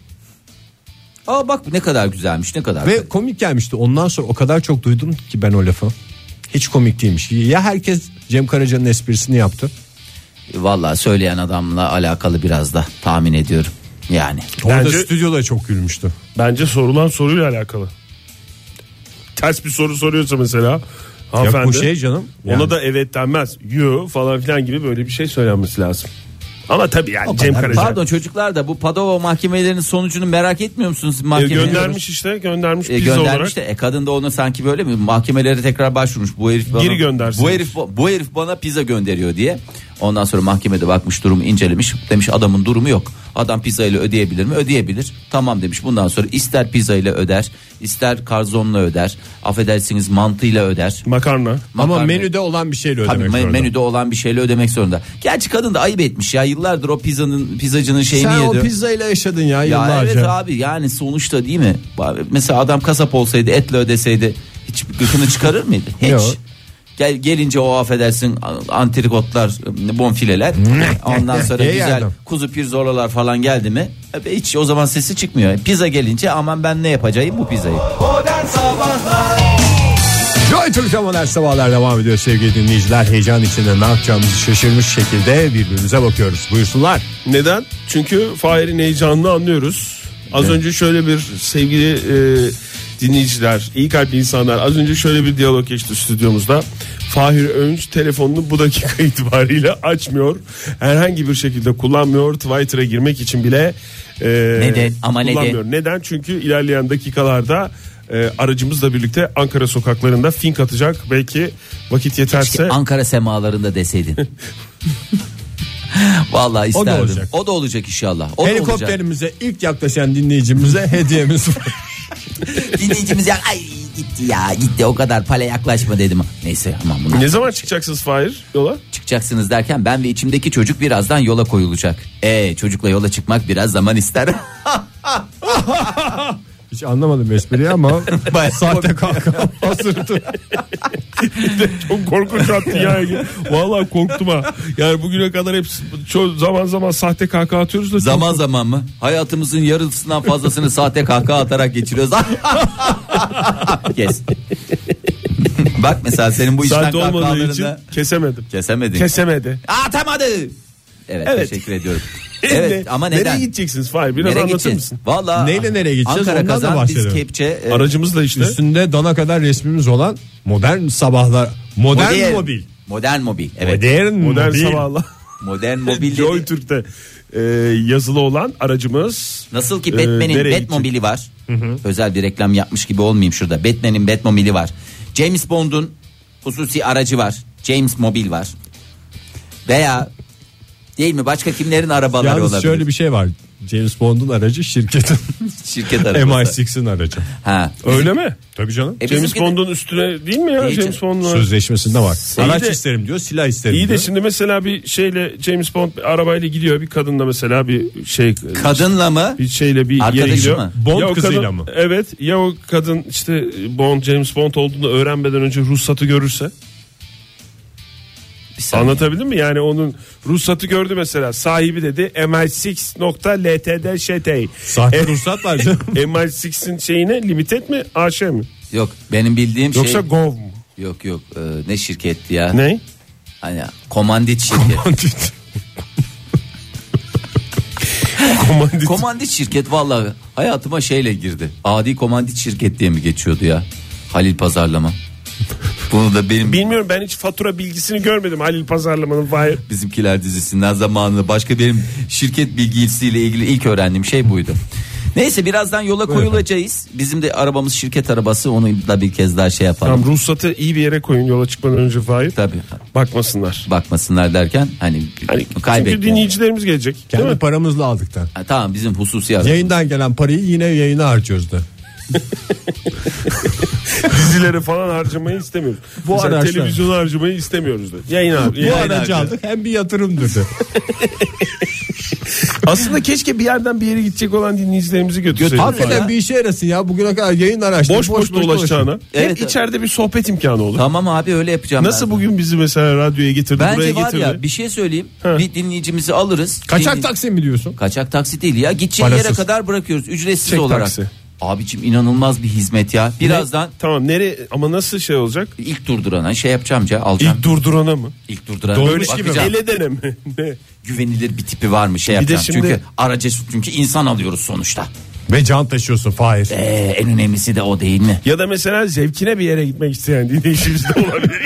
Aa bak ne kadar güzelmiş, ne kadar. Ve komik gelmişti. Ondan sonra o kadar çok duydum ki ben o lafı. Hiç komik değilmiş. Ya herkes Cem Karaca'nın esprisini yaptı. Vallahi söyleyen adamla alakalı biraz da tahmin ediyorum. Yani. Orada Bence- stüdyoda çok gülmüştü. Bence sorulan soruyla alakalı. Ters bir soru soruyorsa mesela Ya hanımefendi, bu şey canım. ona da evet denmez. You falan filan gibi böyle bir şey söylenmesi lazım. Ama tabii yani Cem Karaca Pardon çocuklar da bu Padova mahkemelerinin sonucunu merak etmiyor musunuz? göndermiş işte göndermiş pizza Göndermiş olarak. de kadın da onu sanki böyle mi mahkemelere tekrar başvurmuş. Bu herif bana, Geri göndersin. bu herif bana pizza gönderiyor diye. Ondan sonra mahkemede bakmış, durumu incelemiş. Demiş adamın durumu yok. Adam pizza ile ödeyebilir mi? Ödeyebilir. Tamam demiş. Bundan sonra ister pizza ile öder, ister karzonla öder. Affedersiniz mantıyla öder. Makarna. Ama Makarna- menüde olan bir şeyle Tabii ödemek zorunda. menüde olan bir şeyle ödemek zorunda. Gerçi kadın da ayıp etmiş ya. Yıllardır o pizzacının şeyini Sen yedi. o pizzayla yaşadın ya Ya yıllarca. evet abi, yani sonuçta değil mi? Mesela adam kasap olsaydı, etle ödeseydi hiç gıkını çıkarır mıydı? Hiç. Yok. Gelince o affedersin antrikotlar, bonfileler, ondan sonra İyi güzel yerden. kuzu pirzolalar falan geldi mi hiç o zaman sesi çıkmıyor. Pizza gelince aman ben ne yapacağım bu pizzayı. Modern Sabahlar. Joy Türk'te modern sabahlar devam ediyor sevgili dinleyiciler. Heyecan içinde ne yapacağımızı şaşırmış şekilde birbirimize bakıyoruz. Buyursunlar. Neden? Çünkü Fahir'in heyecanını anlıyoruz. Az önce şöyle bir sevgili dinleyiciler, iyi kalpli insanlar, az önce şöyle bir diyalog geçti stüdyomuzda. Fahir Öğünç telefonunu bu dakika itibariyle açmıyor. Herhangi bir şekilde kullanmıyor. Twitter'a girmek için bile Neden? Ama neden? kullanmıyor. Neden? Çünkü ilerleyen dakikalarda aracımızla birlikte Ankara sokaklarında fink atacak. Belki vakit yeterse. Ankara semalarında deseydin. Vallahi isterdim. olacak. O da olacak inşallah. O da olacak. Helikopterimize ilk yaklaşan dinleyicimize hediyemiz var. Dinleyicimiz ya ay gitti o kadar pale yaklaşma dedim. Neyse aman bunlar. Ne zaman çıkacaksınız Fahir yola? Çıkacaksınız derken ben ve içimdeki çocuk birazdan yola koyulacak. Çocukla yola çıkmak biraz zaman ister. Hiç anlamadım espriyi ama sahte kahkaha hazırdı. Çok korkunç attı ya. Vallahi korktum ha. Yani bugüne kadar hep zaman zaman sahte kahkaha atıyoruz da. Zaman zaman mı? Hayatımızın yarısından fazlasını sahte kahkaha atarak geçiriyoruz. Kes. Bak mesela senin bu işten Sahte olmadığı için kahkahalarında kesemedim. kesemedin. Kesemedi. Atamadı. Evet, Evet. teşekkür ediyorum. Evet ama neden? Nereye gideceksiniz Fahir? Biraz Nereye anlatır gideceğiz? mısın? Vallahi Neyle nereye gideceğiz? Ankara Ondan da kazan biz bahsedelim. kepçe. Aracımız da işte. Üstünde dana kadar resmimiz olan modern sabahlar. Modern mobil. Modern mobil. Evet. Modern mobil. sabahlar. Modern mobil. Joy dedi. Türk'te yazılı olan aracımız. Nasıl ki Batman'in nereye Batmobili var. Özel bir reklam yapmış gibi olmayayım şurada. Batman'in Batmobili var. James Bond'un hususi aracı var. James Mobil var. Veya değil mi? Başka kimlerin arabaları Yalnız olabilir? şöyle bir şey var. James Bond'un aracı şirketin Şirket arabası. MI6'ın aracı. Ha. Öyle mi? Tabii canım. E, James bizimki de- Bond'un üstüne değil mi ya? İyi James Bond'un. Sözleşmesinde var. İyi Araç de- isterim diyor, silah isterim İyi de diyor. şimdi mesela bir şeyle James Bond bir arabayla gidiyor, bir kadınla mesela bir şey Kadınla mı? bir şeyle bir Arkadaşı yere gidiyor. mı? Bond Ya o kızıyla kadın- mı? Evet, ya o kadın işte James Bond olduğunu öğrenmeden önce ruhsatı görürse. Bir saniye. Anlatabildim mi? Yani onun ruhsatı gördü mesela. Sahibi dedi MI6.LTD ŞT. Sahte ruhsat var canım. MI6'in şeyine limited mi? AŞ mi? Yok benim bildiğim Yoksa şey. Gov mu? Yok ne şirketti ya? Ne? Hani komandit şirket. Komandit şirket vallahi hayatıma şeyle girdi. Adi komandit şirket diye mi geçiyordu ya? Halil Pazarlama. Bunu da benim Bilmiyorum, ben hiç fatura bilgisini görmedim Halil Pazarlama'nın. Fahir. Bizimkiler dizisinden zamanında başka benim şirket bilgisiyle ilgili ilk öğrendiğim şey buydu. Neyse birazdan yola koyulacağız. Bizim de arabamız şirket arabası, onu da bir kez daha şey yapalım. Tamam, ruhsatı iyi bir yere koyun yola çıkmadan önce Fahir. Tabii. Bakmasınlar. Bakmasınlar derken hani Çünkü kaybetme. dinleyicilerimiz gelecek. Değil Kendi mi? paramızla aldıktan. Ha, tamam bizim hususi araba. Yayından gelen parayı yine yayına harcıyoruz da. Dizilere falan harcamayı istemiyoruz. Bu Mesela araçlar- televizyonu harcamayı istemiyoruz da. Yayın Bu aracı aldık hem bir yatırımdır da. Aslında keşke bir yerden bir yere gidecek olan dinleyicilerimizi götürseydik. Hakikaten bir işe yarasın ya. Bugüne kadar yayınlar açtık. Boş dolaşacağına. Evet. Hem içeride bir sohbet imkanı olur. Tamam abi, öyle yapacağım. Nasıl bugün bizi mesela radyoya getirdi, Bence buraya var getirdi. ya, bir şey söyleyeyim. Ha. Bir dinleyicimizi alırız. Kaçak taksi mi diyorsun? Kaçak taksi değil ya. Gideceği Parasız. yere kadar bırakıyoruz ücretsiz Çek olarak. taksi. Abicim inanılmaz bir hizmet ya. Birazdan Tamam, nereye ama nasıl şey olacak? ilk durdurana şey yapacağım ya, alacağım. İlk durdurana mı? İlk durdurana Dolmuş gibi mi? bakacağım. El edene mi? Ne? Güvenilir bir tipi var mı şey Bir de yapacağım. şimdi- Çünkü araca, çünkü insan alıyoruz sonuçta. Ve can taşıyorsun Fahir. En önemlisi de o değil mi? Ya da mesela zevkine bir yere gitmek isteyen dinleyicimiz de olabilir.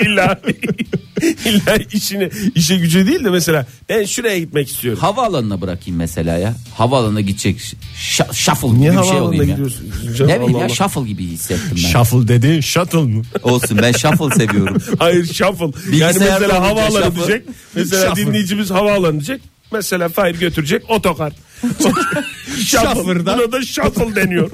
İlla işe güce değil de mesela ben şuraya gitmek istiyorum. Havaalanına bırakayım mesela ya. Havaalanına gidecek shuffle Niye gibi bir şey havaalanına olayım ya. gidiyorsun? Canım, Ne bileyim Allah ya, Allah. shuffle gibi hissettim ben. Shuffle dediğin shuttle mı? Olsun, ben shuffle seviyorum. Hayır, shuffle. Yani Bilgisayarda mesela olunca havaalanı shuffle. diyecek. Mesela Shuffle. dinleyicimiz havaalanı diyecek. Mesela Fahir götürecek otokar. Shuffle. Buna da shuffle deniyor.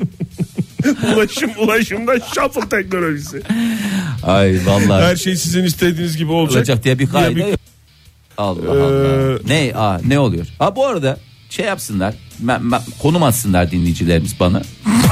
Ulaşımda shuffle teknolojisi. Ay vallahi. Her şey sizin istediğiniz gibi olacak. Olacak diye bir kaide yok. Allah Allah. Ne oluyor? Ha bu arada şey yapsınlar. Konum atsınlar dinleyicilerimiz bana.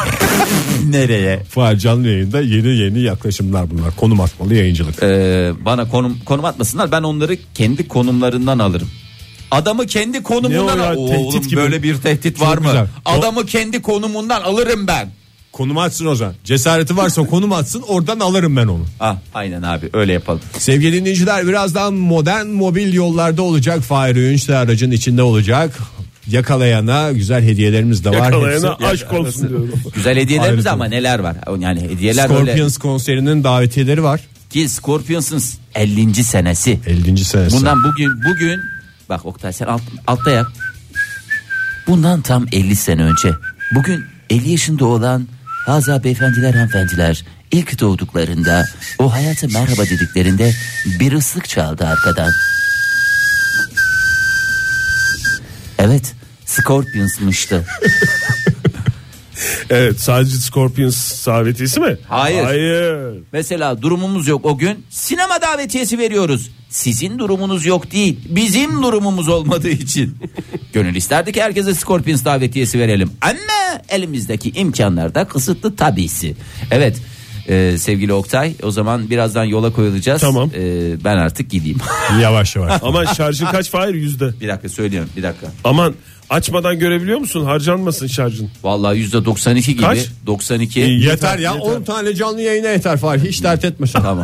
Nereye? Fahir canlı yayında yeni yaklaşımlar bunlar. Konum atmalı yayıncılık. Bana konum atmasınlar. Ben onları kendi konumlarından alırım. Adamı kendi konumundan Ne o ya, Oğlum, tehdit gibi. böyle bir tehdit var mı? güzel. Adamı kendi konumundan alırım ben. Konum atsın o zaman. Cesareti varsa konum atsın, oradan alırım ben onu. Ah, aynen abi, öyle yapalım. Sevgili dinleyiciler, birazdan modern mobil yollarda olacak. Fahir Öğünç de aracın içinde olacak. Yakalayana güzel hediyelerimiz de var. Yakalayana Hepsi- aşk olsun diyorum. Güzel hediyelerimiz Ayrıca. ama neler var? Yani hediyeler böyle. Scorpions konserinin davetiyeleri var. Ki Scorpions'ın 50. senesi. 50. senesi. Bundan bugün bak Oktay, sen altta yap. Bundan tam 50 sene önce, bugün 50 yaşında olan Haza beyefendiler, hanımefendiler ilk doğduklarında, o hayata merhaba dediklerinde bir ıslık çaldı arkadan. Evet, Scorpions'mıştı. Evet, sadece Scorpions davetiyesi mi? Hayır. Mesela durumumuz yok o gün, sinema davetiyesi veriyoruz. Sizin durumunuz yok değil, bizim durumumuz olmadığı için. Gönül isterdi ki herkese Scorpions davetiyesi verelim. Ama elimizdeki imkanlar da kısıtlı tabisi. Evet, sevgili Oktay, o zaman birazdan yola koyulacağız. Tamam. Ben artık gideyim. Yavaş yavaş. Aman şarjın kaç Fahir? %. Bir dakika söylüyorum, bir dakika. Aman açmadan görebiliyor musun? Harcanmasın şarjın. Vallahi %92 gibi. Kaç? 92. Yeter ya, 10 tane canlı yayına yeter Fahir. Hiç dert etme sen. Tamam.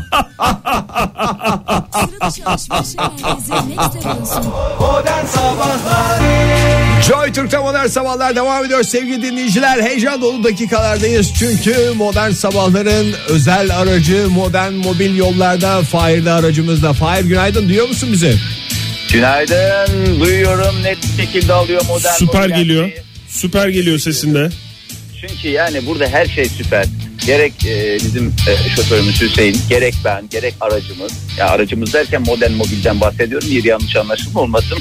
Sıra dışı alışverişin merkezine gidiyorsun. Modern Sabahlar Joy Türk'te modern sabahlar devam ediyor sevgili dinleyiciler. Heyecan dolu dakikalardayız çünkü modern sabahların özel aracı modern mobil yollarda Fahir'de aracımızda. Fahir, günaydın, duyuyor musun bizi? Günaydın, duyuyorum, net bir şekilde alıyor modern. Süper modern geliyor. şeyi. Süper geliyor sesinde. Çünkü yani burada her şey süper. Gerek bizim şoförümüz Hüseyin, gerek ben, gerek aracımız. Ya aracımız derken modern mobilden bahsediyorum. Bir yanlış anlaşılma olmasın.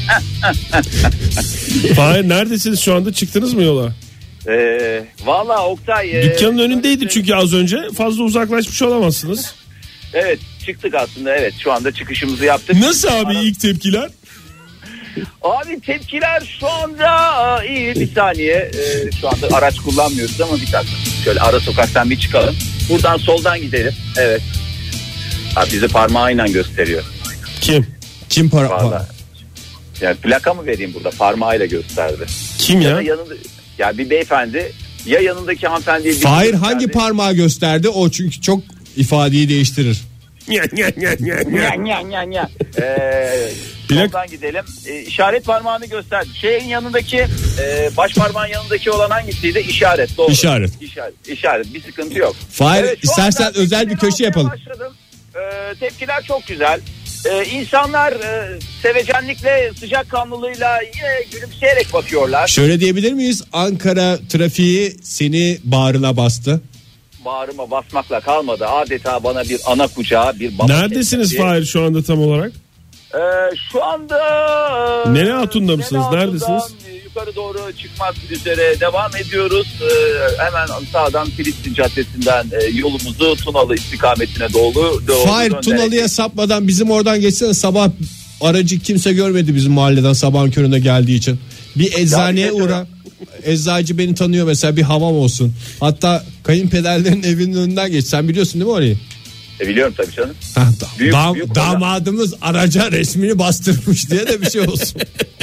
Fahir, neredesiniz şu anda? Çıktınız mı yola? Valla Oktay. Dükkanın önündeydi çünkü az önce. Fazla uzaklaşmış olamazsınız. Evet, çıktık aslında, evet, şu anda çıkışımızı yaptık. Nasıl abi ilk tepkiler? Abi tepkiler şu anda iyi, bir saniye. Şu anda araç kullanmıyoruz ama bir dakika. Şöyle ara sokaktan bir çıkalım. Buradan soldan gidelim. Evet. Abi bizi parmağıyla gösteriyor. Kim para? Vallahi. Yani plaka mı vereyim burada? Parmağıyla gösterdi. Kim Ya ya? da yanında, ya bir beyefendi, ya yanındaki hanımefendiye bir Fahir gösterdi. hangi parmağı gösterdi? O çünkü çok ifadeyi değiştirir. Nya, nya. Plak- Soldan gidelim. İşaret parmağını gösterdi. Şeyin yanındaki baş parmağın yanındaki olan hangisiydi? İşaret. Doğru. İşaret. İşaret. Bir sıkıntı yok. Fahir, Evet, şu istersen anda özel bir tepkileri köşe yapalım. almaya başladım. Tepkiler çok güzel. İnsanlar sevecenlikle, sıcakkanlılığıyla yine gülümseyerek bakıyorlar. Şöyle diyebilir miyiz? Ankara trafiği seni bağrına bastı. Bağrıma basmakla kalmadı. Adeta bana bir ana kucağı, bir baba. Neredesiniz kesmesi. Fahir şu anda tam olarak? Şu anda Nene Hatun'da mısınız? Nene Hatun'dan Neredesiniz? Yukarı doğru çıkmak üzere devam ediyoruz. Hemen sağdan Filistin Caddesi'nden yolumuzu Tunalı istikametine doğru Fahir, Tunalı'ya sapmadan bizim oradan geçsene, sabah aracı kimse görmedi bizim mahalleden sabahın köründe geldiği için. Bir eczaneye Ya bir şey uğra. Eczacı beni tanıyor mesela, bir hamam olsun. Hatta kayınpederlerin evinin önünden geç. Sen biliyorsun değil mi orayı? Biliyorum tabii canım. Büyük büyük damadımız araca resmini bastırmış diye de bir şey olsun.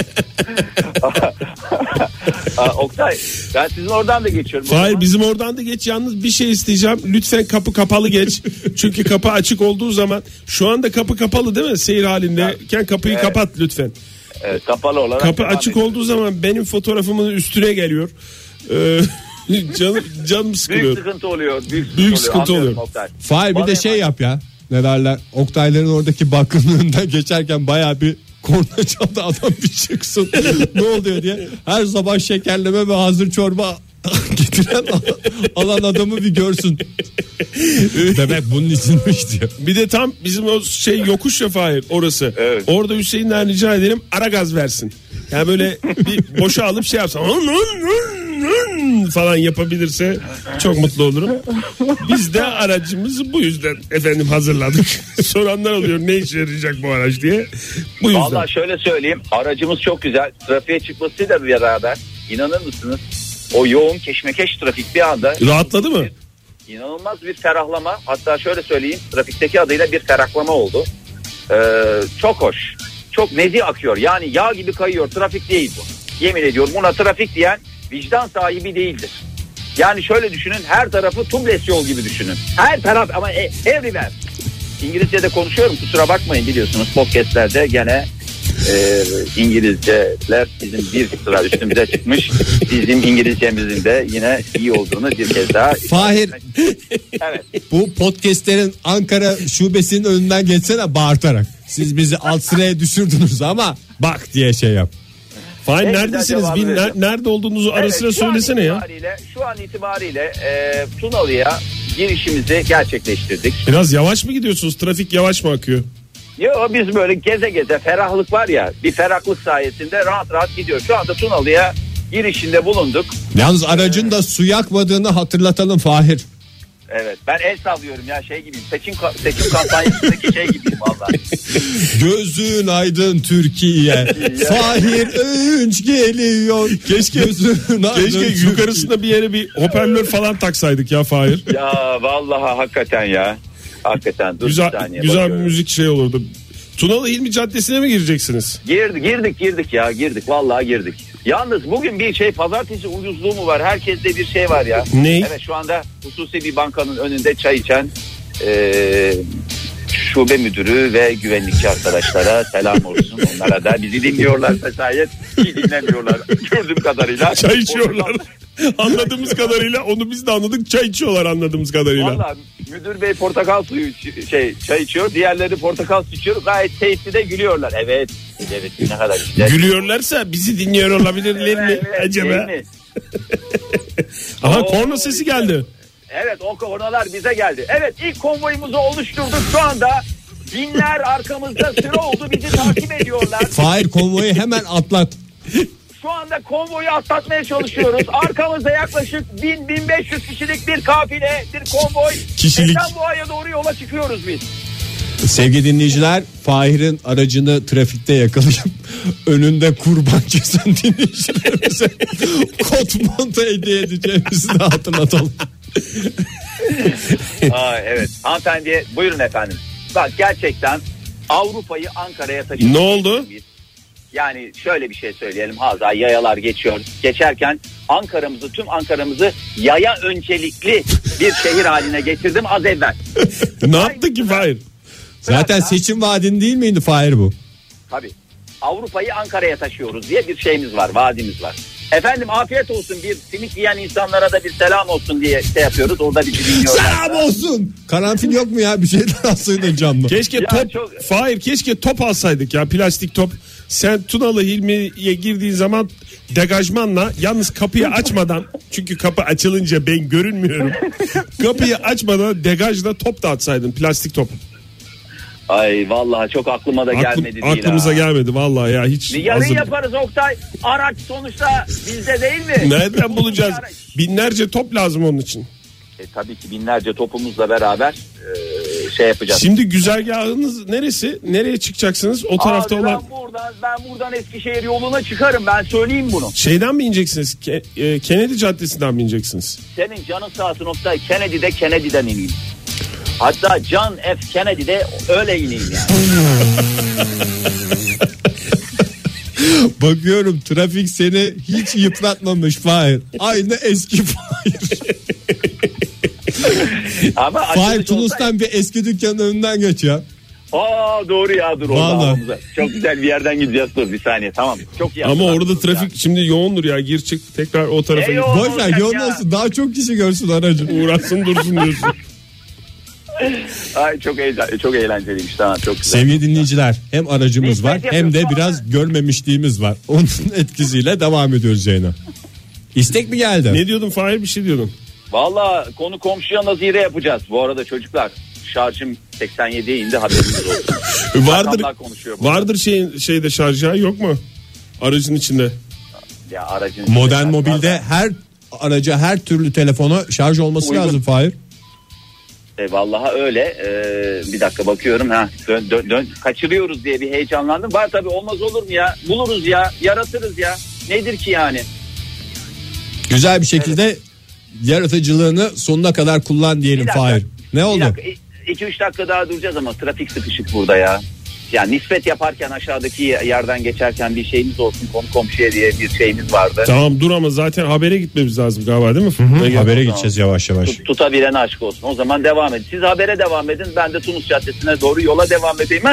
Oktay, ben sizin oradan da geçiyorum. Hayır, bizim oradan da geç, yalnız bir şey isteyeceğim. Lütfen kapı kapalı geç. Çünkü kapı açık olduğu zaman, şu anda kapı kapalı değil mi? Seyir halindeyken kapıyı kapat lütfen. Evet, kapalı olarak. Kapı açık olduğu zaman benim fotoğrafımın üstüne geliyor. Canım sıkılıyor. Büyük sıkıntı oluyor. Büyük sıkıntı oluyor. Fahir bir de şey yap ya. Ne derler? Oktayların oradaki bakkalın önünden geçerken bayağı bir korna çaldı, adam bir çıksın. Ne oluyor diye. Her sabah şekerleme ve hazır çorba getiren alan adamı bir görsün. Demek bunun içinmiş diyor. Bir de tam bizim o şey yokuş ya Fahir, orası. Evet. Orada Hüseyin'den rica edelim ara gaz versin. Yani böyle bir boşa alıp şey yapsam falan yapabilirse çok mutlu olurum. Biz de aracımızı bu yüzden efendim hazırladık. Soranlar oluyor ne işe yarayacak bu araç diye. Bu yüzden. Vallahi şöyle söyleyeyim, aracımız çok güzel. Trafiğe çıkmasıyla beraber inanır mısınız? O yoğun keşmekeş trafik bir anda Rahatladı mı? İnanılmaz bir ferahlama. Hatta şöyle söyleyeyim, trafikteki adıyla bir ferahlama oldu. Çok hoş. Çok nezih akıyor. Yani yağ gibi kayıyor. Trafik değil bu. Yemin ediyorum, buna trafik diyen vicdan sahibi değildir. Yani şöyle düşünün, her tarafı tubeless yol gibi düşünün. Her taraf ama everywhere. İngilizce'de konuşuyorum, kusura bakmayın, biliyorsunuz podcastlerde gene İngilizceler bizim bir sıra üstümüze çıkmış. Bizim İngilizcemizin de yine iyi olduğunu bir kez daha. Fahir, evet. bu podcastlerin Ankara şubesinin önünden geçsene bağırtarak. Siz bizi alt sıraya düşürdünüz ama bak diye şey yap. Fahir En neredesiniz? güzel cevabı Nerede olduğunuzu ara sıra söylesene ya. Şu an itibariyle Tunalı'ya girişimizi gerçekleştirdik. Biraz yavaş mı gidiyorsunuz? Trafik yavaş mı akıyor? Yo, biz böyle geze geze, ferahlık var ya, bir ferahlık sayesinde rahat rahat gidiyor. Şu anda Tunalı'ya girişinde bulunduk. Yalnız aracın da su yakmadığını hatırlatalım Fahir. Evet, ben el sallıyorum ya, şey gibiyim, seçim kampanyasındaki şey gibiyim vallahi. Gözün aydın Türkiye. Fahir Öğünç geliyor. Keşke yukarısında bir yere bir hoparlör falan taksaydık ya Fahir. Ya vallahi hakikaten ya. Hakikaten dur Güzel, bir saniye. güzel bir bakıyorum. müzik şey olurdu. Tunalı Hilmi Caddesi'ne mi gireceksiniz? Girdik vallahi girdik. Yalnız bugün bir şey, pazartesi uyuzluğu mu var? Herkeste bir şey var ya. Ne? Evet, şu anda hususi bir bankanın önünde çay içen şube müdürü ve güvenlikçi arkadaşlara selam olsun. Onlara da bizi dinliyorlarsa şayet, ki dinlemiyorlar gördüğüm kadarıyla. Çay içiyorlar. Anladığımız kadarıyla, onu biz de anladık, çay içiyorlar anladığımız kadarıyla. Valla müdür bey portakal suyu çay içiyor, diğerleri portakal su içiyor, gayet keyifli de gülüyorlar. Evet ne kadar güzel. Gülüyorlarsa bizi dinliyor olabilirler mi acaba? Aha, korna sesi geldi. Evet, o kornalar bize geldi. Evet, ilk konvoyumuzu oluşturduk şu anda. Binler arkamızda sıra oldu, bizi takip ediyorlar. Fahir, konvoyu hemen atlat. Şu anda konvoyu atlatmaya çalışıyoruz. Arkamızda yaklaşık 1000-1500 kişilik bir kafile, bir konvoy. Kişilik. Esenboğa'ya doğru yola çıkıyoruz biz. Sevgili dinleyiciler, Fahir'in aracını trafikte yakalayıp önünde kurban kesen dinleyicilerimize kot monta hediye edeceğimizi de hatırlatalım. Evet, hanımefendi buyurun efendim. Bak, gerçekten Avrupa'yı Ankara'ya taşıdık. Ne oldu? Yani şöyle bir şey söyleyelim. Hazır yayalar geçiyor. Geçerken tüm Ankara'mızı yaya öncelikli bir şehir haline getirdim az evvel. Ne yaptı ki Fahir? Zaten seçim vaadin değil miydi Fahir bu? Tabii. Avrupa'yı Ankara'ya taşıyoruz diye bir şeyimiz var, vaadimiz var. Efendim afiyet olsun, bir simit yiyen insanlara da bir selam olsun diye şey yapıyoruz. Orada bizi dinliyorlar. Selam olsun. Karanfil yok mu ya? Bir şeyler alsaydın camla. Keşke Ya top, çok- Fahir keşke top alsaydık ya, plastik top. Sen Tunalı Hilmi'ye girdiğin zaman degajmanla, yalnız kapıyı açmadan, çünkü kapı açılınca ben görünmüyorum. Kapıyı açmadan degajla top da atsaydın, plastik top. Ay vallahi çok aklıma da gelmedi değil. Aklımıza gelmedi vallahi ya, hiç. Bir yarın hazır- yaparız Oktay. Araç sonuçta bizde değil mi? Nereden bulacağız? Binlerce top lazım onun için. Tabii ki binlerce topumuzla beraber şey yapacağız. Şimdi güzergahınız neresi? Nereye çıkacaksınız? O tarafta Abi olan... ben buradan Eskişehir yoluna çıkarım, ben söyleyeyim bunu. Şeyden mi ineceksiniz? Kennedy Caddesi'nden mi ineceksiniz? Senin canın sağ olsun Oktay, Kennedy'den ineyim. Hatta John F. Kennedy'de öyle ineyim yani. Bakıyorum trafik seni hiç yıpratmamış Fahir. Aynı eski Fahir. Ama Fahir Tunus'tan bir eski dükkanın önünden geç ya. Doğru ya, dur Vallahi. orada. Çok güzel bir yerden gideceğiz, dur bir saniye, tamam. Çok iyi. Ama orada trafik şimdi yoğundur ya, gir çık tekrar o tarafa git. Boş ver, yoğun olsun, daha çok kişi görsün aracı. Uğraşsın dursun diyorsun. Ay çok eğlenceliymiş, tamam, çok güzel. Sevgili dinleyiciler, hem aracımız var Nispet hem de yapıyorsun biraz görmemişliğimiz var. Onun etkisiyle devam ediyoruz yayına. İstek mi geldi? Ne diyordun Fahir, bir şey diyordun. Valla konu komşuya nazire yapacağız. Bu arada çocuklar, şarjım 87'ye indi, haberiniz olsun. Vardır şeyde şarj ya, yok mu? Aracın içinde. Ya aracın Modern mobilde her araca, her türlü telefona şarj olması uygun lazım Fahir. Vallahi öyle. Bir dakika bakıyorum. Dön. Kaçırıyoruz diye bir heyecanlandım. Var tabii, olmaz olur mu ya? Buluruz ya, yaratırız ya. Nedir ki yani? Güzel bir şekilde yaratıcılığını sonuna kadar kullan diyelim Fahir. Ne oldu? 2-3 dakika daha duracağız ama trafik sıkışık burada ya. Yani nispet yaparken aşağıdaki yerden geçerken bir şeyimiz olsun, konu komşuya diye bir şeyimiz vardı. Tamam dur, ama zaten habere gitmemiz lazım galiba, değil mi? Habere gideceğiz yavaş yavaş. Tutabilene aşk olsun. O zaman devam edin. Siz habere devam edin. Ben de Tunus Caddesi'ne doğru yola devam edeyim.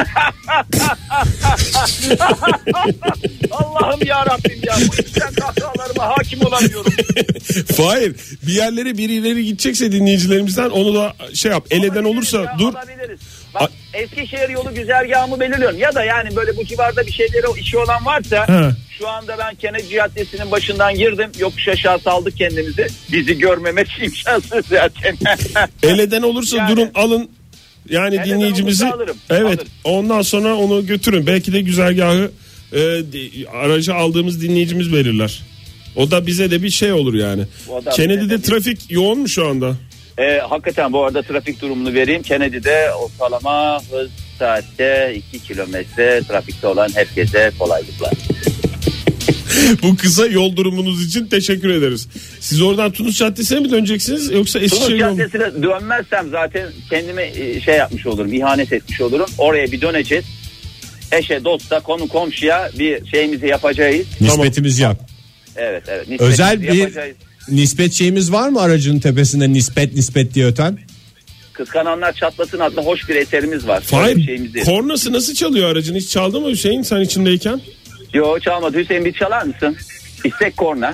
Allah'ım ya Rabbim ya. Bu içten kahkahalarıma hakim olamıyorum. Fahir, bir yerlere birileri gidecekse dinleyicilerimizden onu da şey yap. Eleden olursa ya, dur. Olabiliriz. Bak, Eskişehir yolu güzergahımı belirliyorum. Ya da yani böyle bu civarda bir şeyleri işi olan varsa şu anda ben Kennedy Caddesi'nin başından girdim. Yokuş aşağı saldık kendimizi. Bizi görmemek imkansız zaten. Eleden olursa yani, durun, alın. Yani eleden dinleyicimizi alırım. Ondan sonra onu götürün. Belki de güzergahı aracı aldığımız dinleyicimiz belirler. O da bize de bir şey olur yani. Kennedy'de trafik yoğun mu şu anda? Hakikaten bu arada trafik durumunu vereyim. Kennedy'de ortalama hız saatte 2 kilometre, trafikte olan herkese kolaylıklar. Bu kısa yol durumunuz için teşekkür ederiz. Siz oradan Tunus Caddesi'ne mi döneceksiniz yoksa Eskişehir yolu mu? Tunus Caddesi'ne dönmezsem zaten kendime şey yapmış olurum, ihanet etmiş olurum. Oraya bir döneceğiz. Eşe, dosta, konu komşuya bir şeyimizi yapacağız. Nispetimizi yap. Evet. Özel bir yapacağız. Nispet şeyimiz var mı aracın tepesinde, nispet diye öten? Kıskananlar çatlasın adlı hoş bir eserimiz var. Hayır, kornası nasıl çalıyor aracın? Hiç çaldı mı Hüseyin sen içindeyken? Yok, çalmadı. Hüseyin, bir çalar mısın? İstek korna.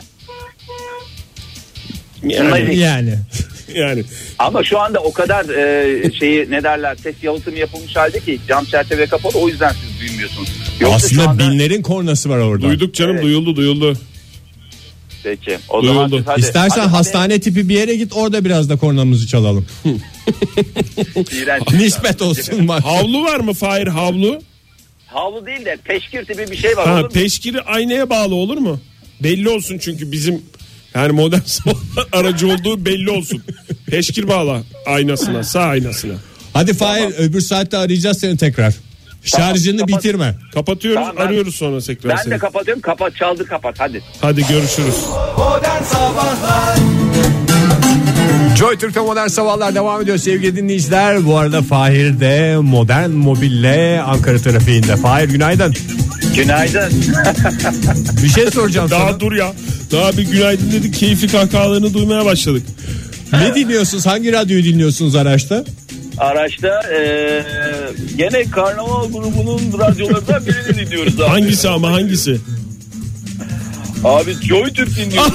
Yani. Ama şu anda o kadar ses yalıtımı yapılmış halde ki cam çerçeve kapalı, o yüzden siz duymuyorsunuz. Yoksa aslında anda... binlerin kornası var orada. Duyduk canım, evet. Duyuldu. Peki. O zaman hadi, İstersen hastane tipi bir yere git, orada biraz da kornamızı çalalım. Nispet olsun bak. Havlu var mı Fahir, havlu? Havlu değil de peşkir tipi bir şey var. Peşkiri aynaya bağlı olur mu? Belli olsun çünkü bizim yani modern aracı olduğu belli olsun. Peşkir bağla aynasına, sağ aynasına. Hadi Fahir, öbür saatte arayacağız seni tekrar. Şarjını bitirme. Kapatıyoruz, arıyoruz sonra tekrar. Ben de kapatıyorum. Çaldır kapat hadi. Hadi görüşürüz. Modern Sabahlar. Joy Türk'te Modern Sabahlar devam ediyor sevgili dinleyiciler. Bu arada Fahir de Modern Mobil'le Ankara trafiğinde. Fahir günaydın. Günaydın. Bir şey soracağım sana. Daha dur ya. Daha bir günaydın dedik, keyifli kahkahalarını duymaya başladık. Ne dinliyorsunuz? Hangi radyoyu dinliyorsunuz araçta? Araçta gene Karnaval grubunun radyolarından birini dinliyoruz abi. Hangisi? Abi Joy Türk dinliyoruz.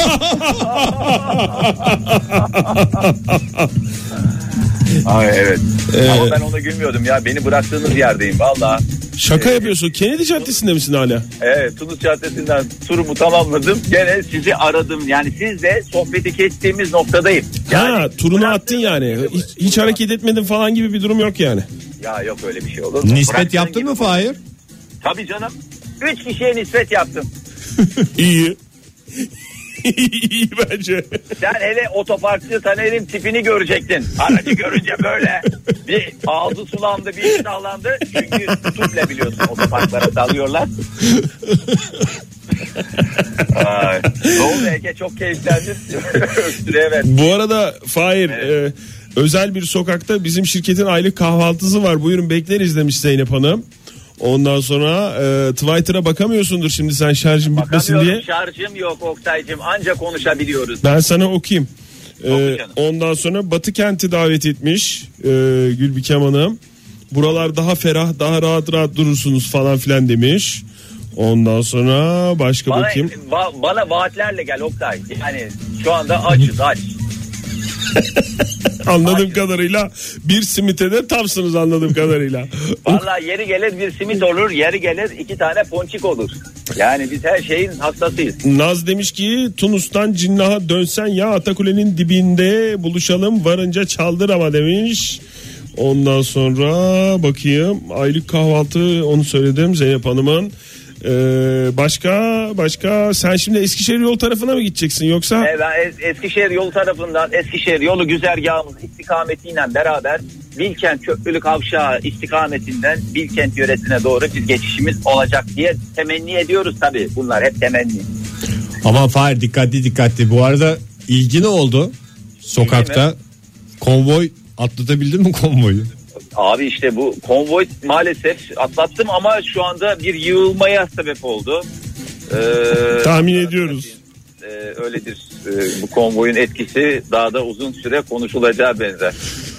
Ay evet. Ama ben ona gülmüyordum ya. Beni bıraktığınız yerdeyim valla. Şaka yapıyorsun. Kennedy Caddesi'nde misin hala? Evet, Tunus Caddesi'nden turumu tamamladım. Gene sizi aradım. Yani sizle sohbeti kestiğimiz noktadayım. Yani, turunu attın yani. Hiç hareket etmedin falan gibi bir durum yok yani. Ya yok, öyle bir şey olur mu? Nispet yaptın mı Fahir? Tabii canım. 3 kişiye nispet yaptım. İyi. İyi bence. Sen hele otoparkçı Taner'in tipini görecektin. Aracı görünce böyle. Bir ağzı sulandı, bir iştahlandı. Çünkü tüple biliyorsun otoparklara dalıyorlar. Ay, ne oldu Ege, çok keyiflendin. Evet. Bu arada Fahir, özel bir sokakta bizim şirketin aylık kahvaltısı var. Buyurun bekleriz demiş Zeynep Hanım. Ondan sonra Twitter'a bakamıyorsundur şimdi sen şarjın bitmesin diye. Şarjım yok Oktay'cığım, ancak konuşabiliyoruz. Ben sana okuyayım. Ondan sonra Batı kenti davet etmiş Gülbikem Hanım. Buralar daha ferah, daha rahat durursunuz falan filan demiş. Ondan sonra başka bakayım. Bana vaatlerle gel Oktay. Yani şu anda açız. Anladığım kadarıyla bir simite de tamsınız anladığım kadarıyla. Vallahi yeri gelir bir simit olur, yeri gelir 2 tane ponçik olur. Yani biz her şeyin hastasıyız. Naz demiş ki Tunus'tan Cinnah'a dönsen ya Atakule'nin dibinde buluşalım, varınca çaldır ama demiş. Ondan sonra bakayım, aylık kahvaltı onu söyledim Zeynep Hanım'ın. Başka sen şimdi Eskişehir yol tarafına mı gideceksin yoksa? Evet, Eskişehir yolu tarafından, Eskişehir yolu güzergahımız istikametiyle beraber Bilkent Köprülü Kavşağı istikametinden Bilkent yöresine doğru bir geçişimiz olacak diye temenni ediyoruz tabii. Bunlar hep temenni. Ama Fahir dikkatli. Bu arada ilgi ne oldu? Sokakta konvoy atlatabildin mi konvoyu? Abi işte bu konvoy maalesef atlattım ama şu anda bir yığılmaya sebep oldu. Tahmin ediyoruz. Öyledir. Bu konvoyun etkisi daha da uzun süre konuşulacağı benzer.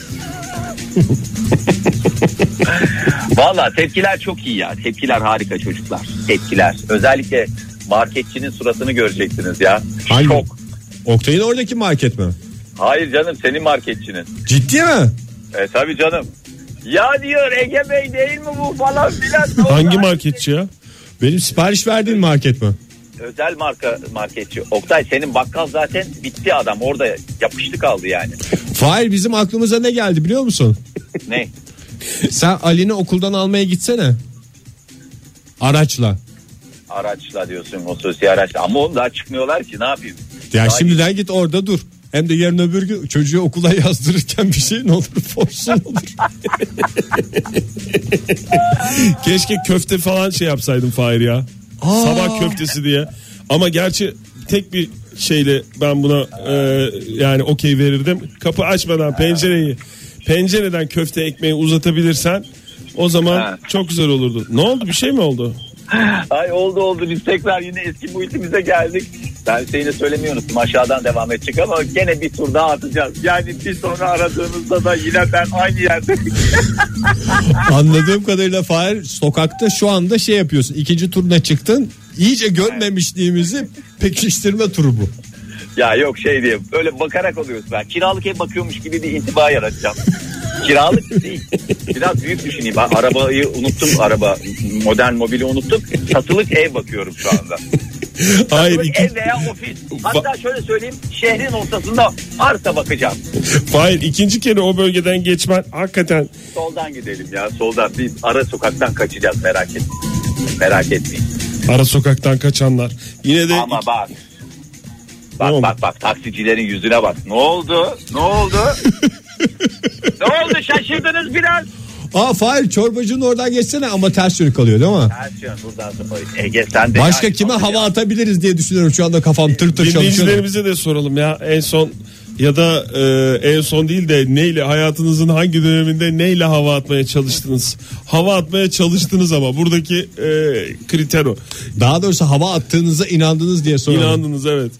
Valla tepkiler çok iyi ya. Tepkiler harika çocuklar. Tepkiler. Özellikle marketçinin suratını göreceksiniz ya. Hangi? Şok. Oktay'ın oradaki market mi? Hayır canım, senin marketçinin. Ciddi mi? Tabii canım. Ya diyor Ege Bey değil mi bu falan filan. Hangi marketçi ya? Benim sipariş verdiğim market mi? Özel marketçi. Oktay, senin bakkal zaten bitti, adam orada yapıştı kaldı yani. Fahir, bizim aklımıza ne geldi biliyor musun? Ne? Sen Ali'ni okuldan almaya gitsene. Araçla. Araçla diyorsun, o sosyal araçla. Ama oğlum daha çıkmıyorlar ki, ne yapayım? Ya daha şimdiden git orada dur. Hem de yarın öbür gün çocuğu okula yazdırırken bir şey ne olur, forsun olur. Keşke köfte falan şey yapsaydım Fahir ya. Sabah köftesi diye. Ama gerçi tek bir şeyle ben buna yani okey verirdim. Kapı açmadan pencereden köfte ekmeği uzatabilirsen o zaman çok güzel olurdu. Ne oldu, bir şey mi oldu? Ay oldu, biz tekrar yine eski muhitimize geldik. Ben seni söylemeyi unuttum, aşağıdan devam edecek ama gene bir tur daha atacağız. Yani bir sonra aradığınızda da yine ben aynı yerde. Anladığım kadarıyla Fahir, sokakta şu anda şey yapıyorsun. 2. turuna çıktın. İyice görmemişliğimizi pekiştirme turu bu. Ya yok şey diye öyle bakarak oluyoruz ben. Kiralık ev bakıyormuş gibi bir intiba yaratacağım. Kiralık değil. Biraz büyük düşüneyim. Ben arabayı unuttum. Modern mobili unuttum. Satılık ev bakıyorum şu anda. Hayır, Satılık ev veya ofis. Hatta şöyle söyleyeyim, şehrin ortasında arsa bakacağım. Hayır, ikinci kere o bölgeden geçmen hakikaten. Soldan gidelim ya, soldan. Bir ara sokaktan kaçacağız, merak etmeyin. Ara sokaktan kaçanlar. Yine de ama bak taksicilerin yüzüne bak. Ne oldu? Ne oldu şaşırdınız biraz. Fahir, çorbacının oradan geçsene ama ters yönü kalıyor değil mi? Ters yön buradan sonra. Ege sen de. Başka kime hava atabiliriz diye düşünüyorum şu anda, kafam tır çalışıyor. Dinleyicilerimize de soralım ya, en son ya da en son değil de neyle, hayatınızın hangi döneminde neyle hava atmaya çalıştınız? Hava atmaya çalıştınız ama buradaki kriter o. Daha doğrusu hava attığınıza inandınız diye soralım. İnandınız, evet.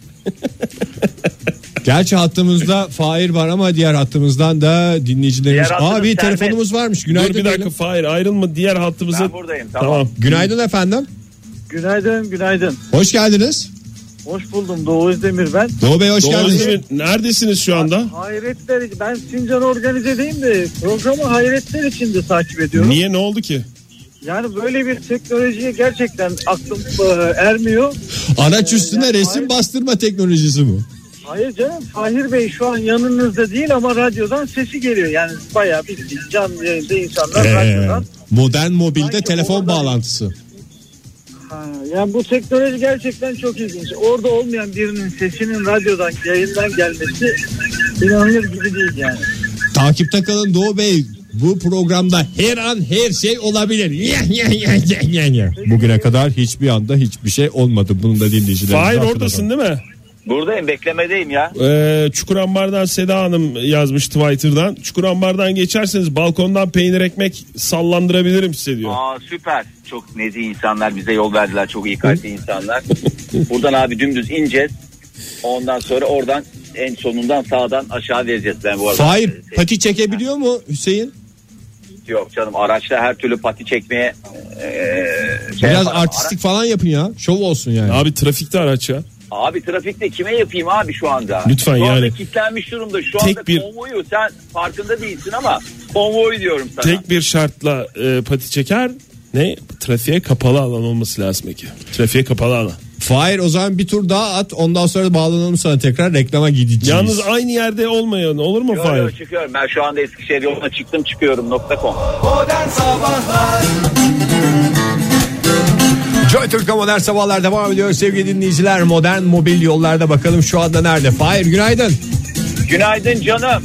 Gerçi hattımızda Fahir var ama diğer hattımızdan da dinleyicilerimiz. Bir telefonumuz varmış. Günaydın. Dur bir dakika Fahir, ayrılma, diğer hattımıza. Ben buradayım, tamam. Günaydın efendim. Günaydın. Hoş geldiniz. Hoş buldum, Doğu Özdemir ben. Doğu Bey hoş geldiniz. Neredesiniz şu anda? Hayretler, ben Sincan Organize'deyim de programı hayretler içinde takip ediyorum. Niye, ne oldu ki? Yani böyle bir teknolojiye gerçekten aklım ermiyor. Araç üstüne resim bastırma teknolojisi bu. Hayır canım, Fahir Bey şu an yanınızda değil ama radyodan sesi geliyor. Yani bayağı bildiğin canlı yayında insanlar radyodan. Modern mobilde sanki telefon bağlantısı. Yani bu teknoloji gerçekten çok ilginç. Orada olmayan birinin sesinin radyodan, yayından gelmesi inanılır gibi değil yani. Takipte kalın Doğu Bey. bu programda her an her şey olabilir. Bugüne kadar hiçbir anda hiçbir şey olmadı. Bunu da dinleyicilerimiz Fahir hatırlatalım. oradasın değil mi? Buradayım, beklemedeyim ya. Çukurambar'dan Seda Hanım yazmış Twitter'dan. Çukurambar'dan geçerseniz balkondan peynir ekmek sallandırabilirim size diyor. Aa, süper. Çok nezih insanlar, bize yol verdiler, çok iyi kalpli insanlar. Buradan abi dümdüz ineceğiz. Ondan sonra oradan en sonundan sağdan aşağı vereceğiz. Ben bu arada Fahir pati çekebiliyor mu Hüseyin? Yok canım, araçla her türlü pati çekmeye Biraz artistik falan yapın ya. Şov olsun yani. Abi trafikte araç ya. Abi trafikte kime yapayım abi şu anda? Lütfen şu yani. anda kilitlenmiş durumda. Şu anda konvoyu sen farkında değilsin ama konvoyu diyorum sana. Tek bir şartla pati çeker. Ne? Trafiğe kapalı alan olması lazım peki. Trafiğe kapalı alan. Fahir o zaman bir tur daha at, ondan sonra bağlanalım sana, tekrar reklama gideceğiz. Yalnız aynı yerde olmayan olur mu Fahir? Yok, çıkıyorum. Ben şu anda Eskişehir yoluna çıkıyorum.com. Modern Sabahlar. Joy Türk'te modern sabahlar devam ediyor sevgili dinleyiciler. Modern mobil yollarda bakalım şu anda nerede? Fahir günaydın. Günaydın canım.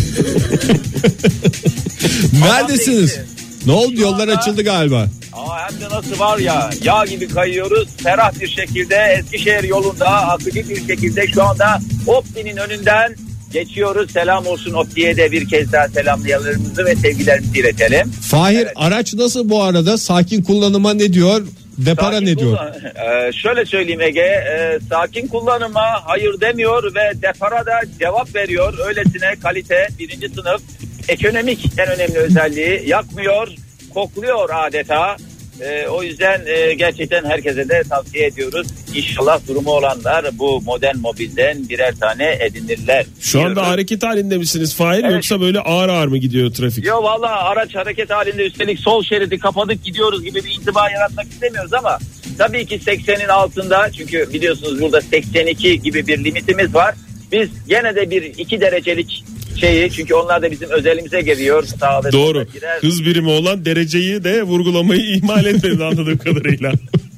Neredesiniz? Ne oldu, yollar açıldı galiba. Hem de nasıl var ya, yağ gibi kayıyoruz. Ferah bir şekilde Eskişehir yolunda akıcı bir şekilde şu anda Opti'nin önünden geçiyoruz. Selam olsun Opti'ye de bir kez daha selamlarımızı ve sevgilerimizi iletelim. Fahir evet. Araç nasıl bu arada? Sakin kullanıma ne diyor? Depara ne diyor? Şöyle söyleyeyim Ege, sakin kullanıma hayır demiyor ve depara da cevap veriyor. Öylesine kalite, birinci sınıf, ekonomik en önemli özelliği, yakmıyor, kokluyor adeta. O yüzden gerçekten herkese de tavsiye ediyoruz. İnşallah durumu olanlar bu modern mobilden birer tane edinirler. Şu anda hareket halinde misiniz Fahir, evet. Yoksa böyle ağır ağır mı gidiyor trafik? Yok vallahi araç hareket halinde, üstelik sol şeridi kapadık gidiyoruz gibi bir intiba yaratmak istemiyoruz ama tabii ki 80'in altında, çünkü biliyorsunuz burada 82 gibi bir limitimiz var. Biz gene de bir 2 derecelik şeyi, çünkü onlar da bizim özelimize geliyor. Doğru. Hız birimi olan dereceyi de vurgulamayı ihmal etmedi anladığım kadarıyla.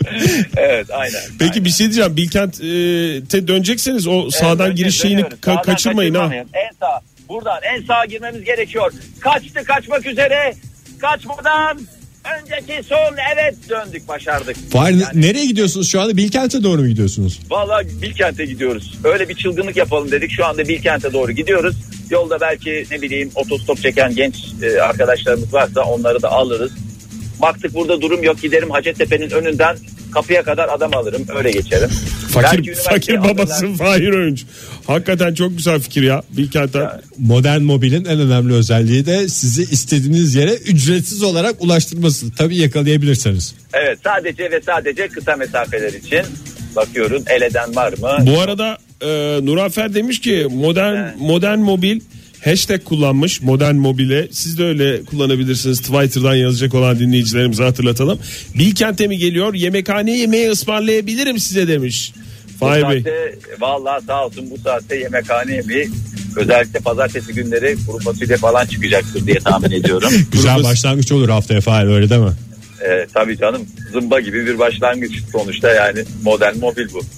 Evet, aynen. Peki aynen. Bir şey diyeceğim. Bilkent'e dönecekseniz o sağdan giriş şeyini kaçırmayın ha. En sağ. Buradan en sağa girmemiz gerekiyor. Kaçmak üzere. Kaçmadan önceki son, evet, döndük, başardık. Fahir nereye gidiyorsunuz şu anda? Bilkent'e doğru mu gidiyorsunuz? Vallahi Bilkent'e gidiyoruz. Öyle bir çılgınlık yapalım dedik. Şu anda Bilkent'e doğru gidiyoruz. Yolda belki ne bileyim otostop çeken genç arkadaşlarımız varsa onları da alırız. Baktık burada durum yok, giderim Hacettepe'nin önünden kapıya kadar adam alırım, öyle geçerim. Fakir babası Fahir Öğünç. Hakikaten çok güzel fikir ya Bilkent'ten. Yani. Modern mobilin en önemli özelliği de sizi istediğiniz yere ücretsiz olarak ulaştırması. Tabii yakalayabilirseniz. Evet, sadece ve sadece kısa mesafeler için bakıyoruz, el eden var mı? Bu arada Nurafer demiş ki modern mobil hashtag kullanmış, modern mobile. Siz de öyle kullanabilirsiniz. Twitter'dan yazacak olan dinleyicilerimize hatırlatalım. Bilkent'e mi geliyor? Yemekhane yemeği ısmarlayabilirim size demiş Fahir Bey. Vallahi sağ olsun, bu saatte yemekhane yemeği, özellikle pazartesi günleri kuru fasulye falan çıkacaktır diye tahmin ediyorum. Güzel başlangıç olur haftaya Fahir, öyle değil mi? Tabii canım, zımba gibi bir başlangıç sonuçta, yani modern mobil bu.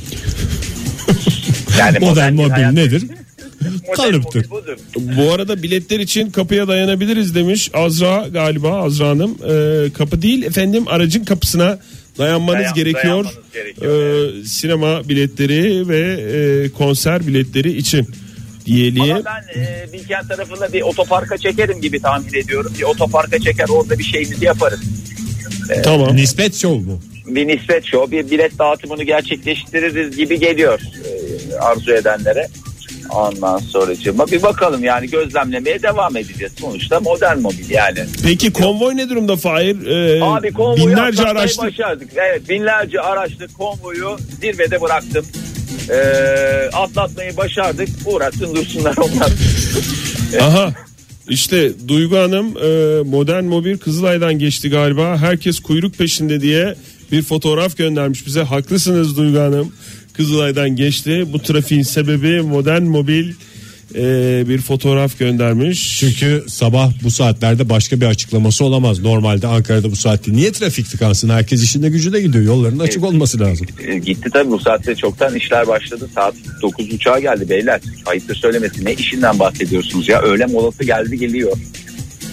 Yani modern mobil nedir? Kalıptır. Bu arada biletler için kapıya dayanabiliriz demiş Azra, galiba Azra Hanım. Kapı değil efendim, aracın kapısına dayanmanız gerekiyor. Evet. Sinema biletleri ve konser biletleri için diyelim. Ama ben Bilkent tarafında bir otoparka çekerim gibi tahmin ediyorum. Bir otoparka çeker, orada bir şeyimizi yaparız. Tamam. Nispet show bu. Bir nispet show, bir bilet dağıtımını gerçekleştiririz gibi geliyor arzu edenlere. Ondan sonracığıma bir bakalım, yani gözlemlemeye devam edeceğiz. Sonuçta modern mobil yani. Peki konvoy ne durumda Fahir? Abi konvoyu binlerce araçlı başardık. Evet, binlerce araçlı konvoyu zirvede bıraktım. Atlatmayı başardık. Uğraşsın dursunlar onlar. Aha. İşte Duygu Hanım modern mobil Kızılay'dan geçti galiba. Herkes kuyruk peşinde diye bir fotoğraf göndermiş bize. Haklısınız Duygu Hanım. Kızılay'dan geçti. Bu trafiğin sebebi modern mobil bir fotoğraf göndermiş. Çünkü sabah bu saatlerde başka bir açıklaması olamaz. Normalde Ankara'da bu saatte niye trafik tıkansın? Herkes işinde gücüne gidiyor. Yolların açık olması lazım. Gitti tabii, bu saatte çoktan işler başladı. Saat 9.30'a geldi beyler. Ayıptır söylemesi. Ne işinden bahsediyorsunuz ya? Öğle molası geldi geliyor.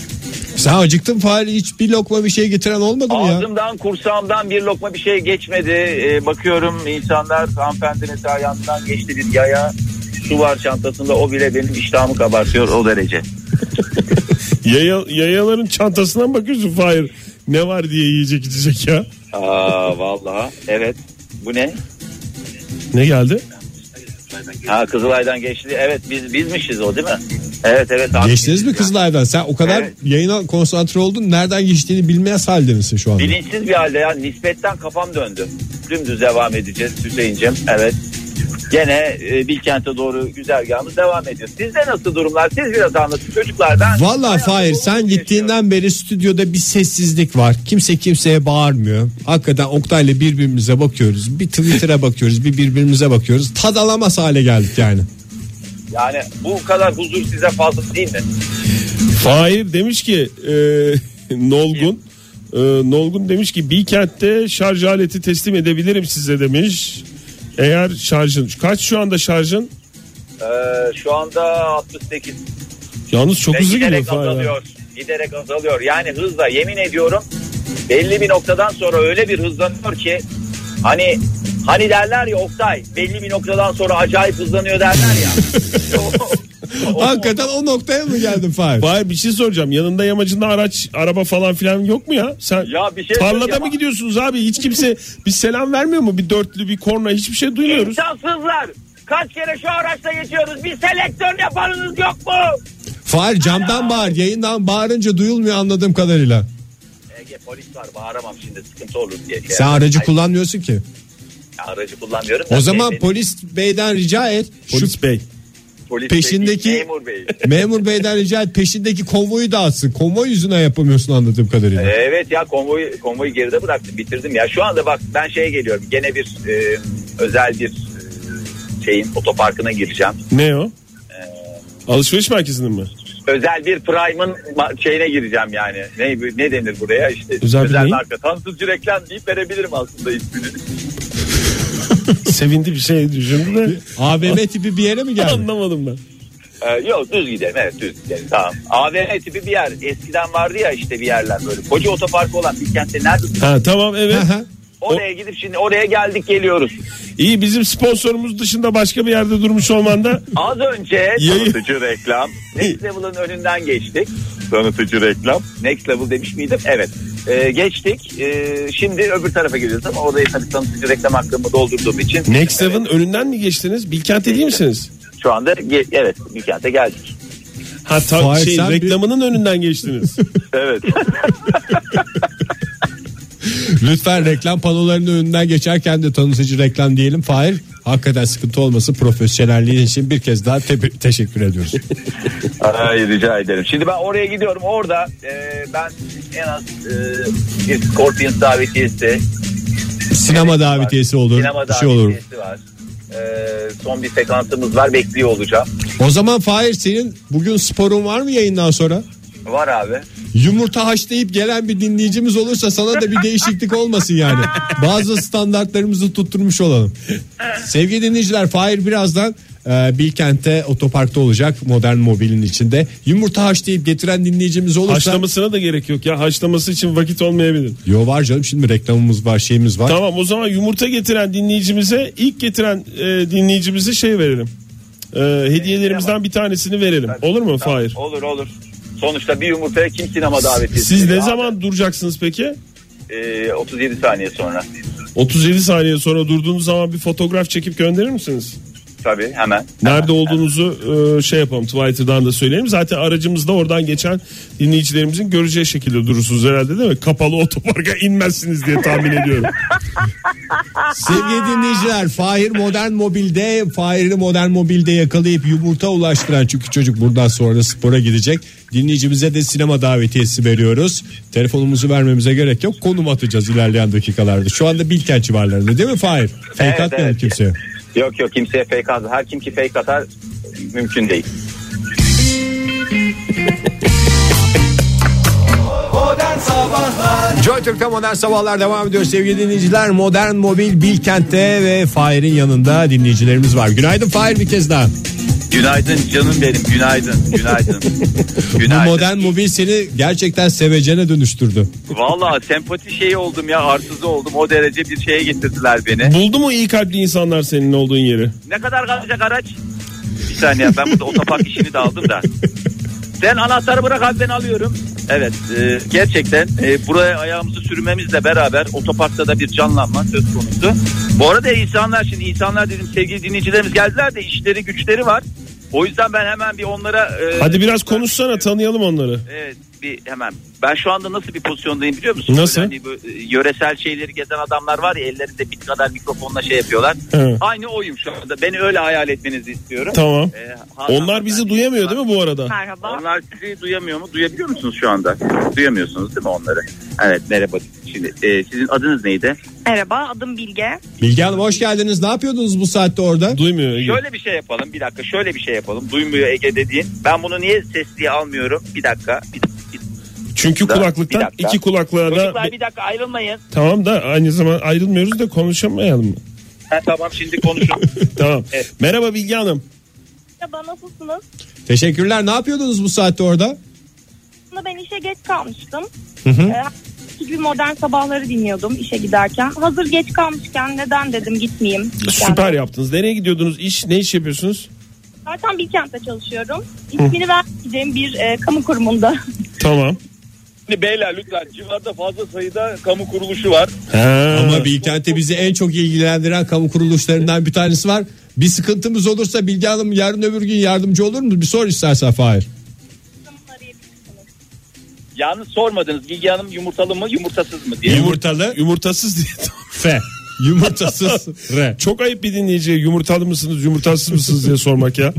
Sen acıktın Fahir, hiç bir lokma bir şey getiren olmadı mı ya? Ağzımdan kursağımdan bir lokma bir şey geçmedi. Bakıyorum insanlar, hanımefendinin sağ yanından geçti bir yaya. Su var çantasında, o bile benim iştahımı kabartıyor o derece. Yayaların çantasına mı bakıyorsun Fahir? Ne var diye yiyecek içecek ya? Vallahi evet. Bu ne? Ne geldi? Kızılay'dan geçti. Evet bizmişiz o değil mi? Evet. Abi. Geçtiniz mi Kızılay'dan? Sen o kadar yayına konsantre oldun, nereden geçtiğini bilmez halde misin şu anda? Bilinçsiz bir halde ya, nispetten kafam döndü. Dümdüz devam edeceğiz Hüseyin'cim. Evet. Gene Bilkent'e doğru güzergahımız devam ediyor. Sizde nasıl durumlar? Siz biraz anlatın çocuklar. Vallahi Fahir, sen gittiğinden beri stüdyoda bir sessizlik var. Kimse kimseye bağırmıyor. Hakikaten Oktay'la birbirimize bakıyoruz. Bir Twitter'a bakıyoruz, bir birbirimize bakıyoruz. Tad alamaz hale geldik yani. Yani bu kadar huzur size fazla değil mi? Fahir demiş ki Nolgun demiş ki Bilkent'te şarj aleti teslim edebilirim size demiş. Eğer şarjın kaç şu anda şarjın? Şu anda 68. Yalnız çok hızlı gidiyor Fahir. Giderek azalıyor. Yani hızla, yemin ediyorum belli bir noktadan sonra öyle bir hızlanıyor ki hani derler ya Oktay, belli bir noktadan sonra acayip hızlanıyor derler ya. Hakikaten o noktaya mı geldin Fahir? Fahir bir şey soracağım. Yanında yamacında araba falan filan yok mu ya? Sen ya bir şey tarlada mı gidiyorsunuz abi? Hiç kimse bir selam vermiyor mu? Bir dörtlü, bir korna, hiçbir şey duymuyoruz. İnsansızlar. Kaç kere şu araçta geçiyoruz. Bir selektör yapanınız yok mu? Fahir camdan bağır. Yayından bağırınca duyulmuyor anladığım kadarıyla. Ege polis var, bağıramam şimdi, sıkıntı olur diye. Sen aracı kullanmıyorsun ki. Aracı kullanmıyorum. O zaman polis beyden rica et. Polis bey. Peşindeki memur beyden rica et, peşindeki konvoyu dağıtsın. Konvoy yüzünden yapamıyorsun anladığım kadarıyla. Evet ya, konvoyu geride bıraktım, bitirdim ya. Şu anda bak ben şeye geliyorum. Gene bir özel bir şeyin otoparkına gireceğim. Ne o? Alışveriş merkezinin mi? Özel bir Prime'ın şeyine gireceğim yani. Ne denir buraya işte, özel marka. Tanıtıcı reklam deyip verebilirim aslında ismini. Sevindi bir şey düşündü de. AVM tipi bir yere mi geldin? Anlamadım ben. Yok, düz gidelim, evet düz gidelim, tamam. AVM tipi bir yer. Eskiden vardı ya işte bir yerler böyle. Koca otoparkı olan Bilkent'te nerede? Tamam evet. Oraya gidip şimdi oraya geldik geliyoruz. İyi, bizim sponsorumuz dışında başka bir yerde durmuş olman da. Az önce tanıtıcı reklam. Next Level'ın önünden geçtik. Tanıtıcı reklam. Next Level demiş miydim? Evet. Geçtik. Şimdi öbür tarafa gidiyoruz ama orayı tabii tanıtıcı reklam hakkımı doldurduğum için. Next Level'ın önünden mi geçtiniz? Bilkent'te değil misiniz? Şu anda evet, Bilkent'e geldik. Reklamının önünden geçtiniz. Evet. Lütfen reklam panolarının önünden geçerken de tanıtıcı reklam diyelim Fahir. Hakikaten sıkıntı olmasın, profesyonelliğin için bir kez daha teşekkür ediyoruz. Hayır, rica ederim. Şimdi ben oraya gidiyorum. Orada ben en az bir Scorpions davetiyesi, sinema davetiyesi olur. Sinema bir şey olur. Var. Son bir sekansımız var, bekliyor olacağım. O zaman Fahir, senin bugün sporun var mı yayından sonra? Var abi. Yumurta haşlayıp gelen bir dinleyicimiz olursa sana da bir değişiklik olmasın yani. Bazı standartlarımızı tutturmuş olalım. Sevgili dinleyiciler, Fahir birazdan Bilkent'te otoparkta olacak, Modern Mobil'in içinde. Yumurta haşlayıp getiren dinleyicimiz olursa. Haşlamasına da gerek yok ya, haşlaması için vakit olmayabilir. Yo, var canım, şimdi reklamımız var, şeyimiz var. Tamam, o zaman yumurta getiren dinleyicimize, ilk getiren dinleyicimize şey verelim. Hediyelerimizden bir tanesini verelim. Olur mu tamam, Fahir? Olur. Sonuçta bir yumurtaya kim sinema davetiyesi? Siz ne zaman duracaksınız peki? 37 saniye sonra. 37 saniye sonra durduğunuz zaman bir fotoğraf çekip gönderir misiniz? Tabii, hemen. Nerede olduğunuzu şey yapalım, Twitter'dan da söyleyelim. Zaten aracımızda oradan geçen dinleyicilerimizin göreceği şekilde durursunuz herhalde, değil mi? Kapalı otoparka inmezsiniz diye tahmin ediyorum. Sevgili dinleyiciler, Fahir'i Modern Mobil'de yakalayıp yumurta ulaştıran, çünkü çocuk buradan sonra spora gidecek, dinleyicimize de sinema davetiyesi veriyoruz. Telefonumuzu vermemize gerek yok, konum atacağız ilerleyen dakikalarda. Şu anda Bilkent civarlarında, değil mi Fahir? Fake atmayalım kimseye. Yok kimseye fake atar. Her kim ki fake atar mümkün değil. Modern Sabahlar. Joy Türk'te Modern Sabahlar devam ediyor sevgili dinleyiciler. Modern Mobil Bilkent'te ve Fahir'in yanında dinleyicilerimiz var. Günaydın Fahir, bir kez daha. Günaydın canım benim, günaydın. Bu modern mobil seni gerçekten sevecene dönüştürdü. Vallahi sempati şeyi oldum ya, arsızı oldum. O derece bir şeye getirdiler beni. Buldu mu iyi kalpli insanlar senin olduğun yeri? Ne kadar kalacak araç? Bir saniye, ben burada otopark işini de aldım da. Sen anahtarı bırak abi, ben alıyorum. Evet, gerçekten buraya ayağımızı sürmemizle beraber otoparkta da bir canlanma söz konusu. Bu arada insanlar dedim, sevgili dinleyicilerimiz geldiler de işleri güçleri var. O yüzden ben hemen bir onlara... Hadi biraz konuşsana, tanıyalım onları. Evet, bir hemen. Ben şu anda nasıl bir pozisyondayım biliyor musun? Nasıl? Hani bu yöresel şeyleri gezen adamlar var ya, ellerinde bit kadar mikrofonla şey yapıyorlar. He. Aynı oyum şu anda. Beni öyle hayal etmenizi istiyorum. Tamam. Onlar bizi duyamıyor değil mi bu arada? Merhaba. Onlar sizi duyamıyor mu? Duyabiliyor musunuz şu anda? Duyamıyorsunuz değil mi onları? Evet, merhaba. Şimdi sizin adınız neydi? Merhaba, adım Bilge. Bilge Hanım hoş geldiniz. Ne yapıyordunuz bu saatte orada? Duymuyor Ege. Şöyle bir şey yapalım. Bir dakika, şöyle bir şey yapalım. Duymuyor Ege dediğin. Ben bunu niye sesliye almıyorum? Bir dakika. Çünkü kulaklıktan iki kulaklığa da... Çocuklar bir dakika ayrılmayın. Tamam da aynı zaman ayrılmıyoruz da konuşamayalım mı? Tamam, şimdi konuşun. Tamam. Evet. Merhaba Bilge Hanım. Merhaba, nasılsınız? Teşekkürler. Ne yapıyordunuz bu saatte orada? Aslında ben işe geç kalmıştım. Bir modern sabahları dinliyordum işe giderken. Hazır geç kalmışken neden dedim gitmeyeyim. Süper yaptınız. Nereye gidiyordunuz? Ne iş yapıyorsunuz? Zaten Bilkent'te çalışıyorum. İsmini vermeyeceğim bir kamu kurumunda. Tamam. Şimdi beyler lütfen, civarda fazla sayıda kamu kuruluşu var. Ama Bilkent'te bizi en çok ilgilendiren kamu kuruluşlarından bir tanesi var. Bir sıkıntımız olursa Bilge Hanım yarın öbür gün yardımcı olur mu? Bir sor istersen Fahir. Yalnız sormadınız, Bilge Hanım yumurtalı mı yumurtasız mı diye. Yumurtalı. Yumurtasız diye. F. Yumurtasız. R. Çok ayıp bir dinleyiciye yumurtalı mısınız yumurtasız mısınız diye sormak ya.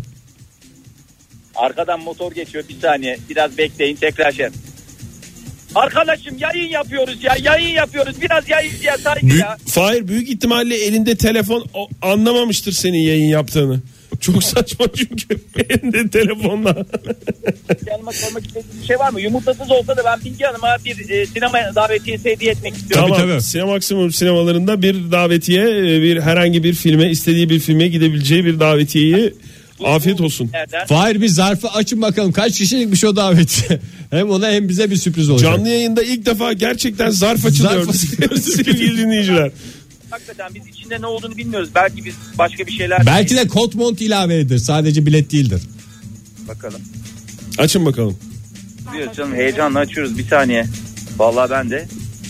Arkadan motor geçiyor, bir saniye biraz bekleyin, tekrar şey. Arkadaşım yayın yapıyoruz biraz yayın ya, saygı ya. Fahir büyük ihtimalle elinde telefon anlamamıştır senin yayın yaptığını. Çok saçma çünkü elinde telefonla. Yanıma sormak istediğiniz bir şey var mı? Yumurtasız olsa da ben Bilge Hanım'a bir sinema davetiyesi hediye etmek istiyorum. Tamam, tabii. Sinemaksimum sinemalarında bir davetiye, bir herhangi bir filme, istediği bir filme gidebileceği bir davetiyeyi. Afiyet olsun. Fahir bir zarfı açın bakalım kaç kişilikmiş o daveti. Hem ona hem bize bir sürpriz olacak. Canlı yayında ilk defa gerçekten zarf açılıyor. Sevgili dinleyiciler. Hakikaten biz içinde ne olduğunu bilmiyoruz. Belki biz başka bir şeyler... Belki de kot mont ilavedir. Sadece bilet değildir. Bakalım. Açın bakalım. Diyoruz canım, heyecanla açıyoruz, bir saniye. Vallahi ben de.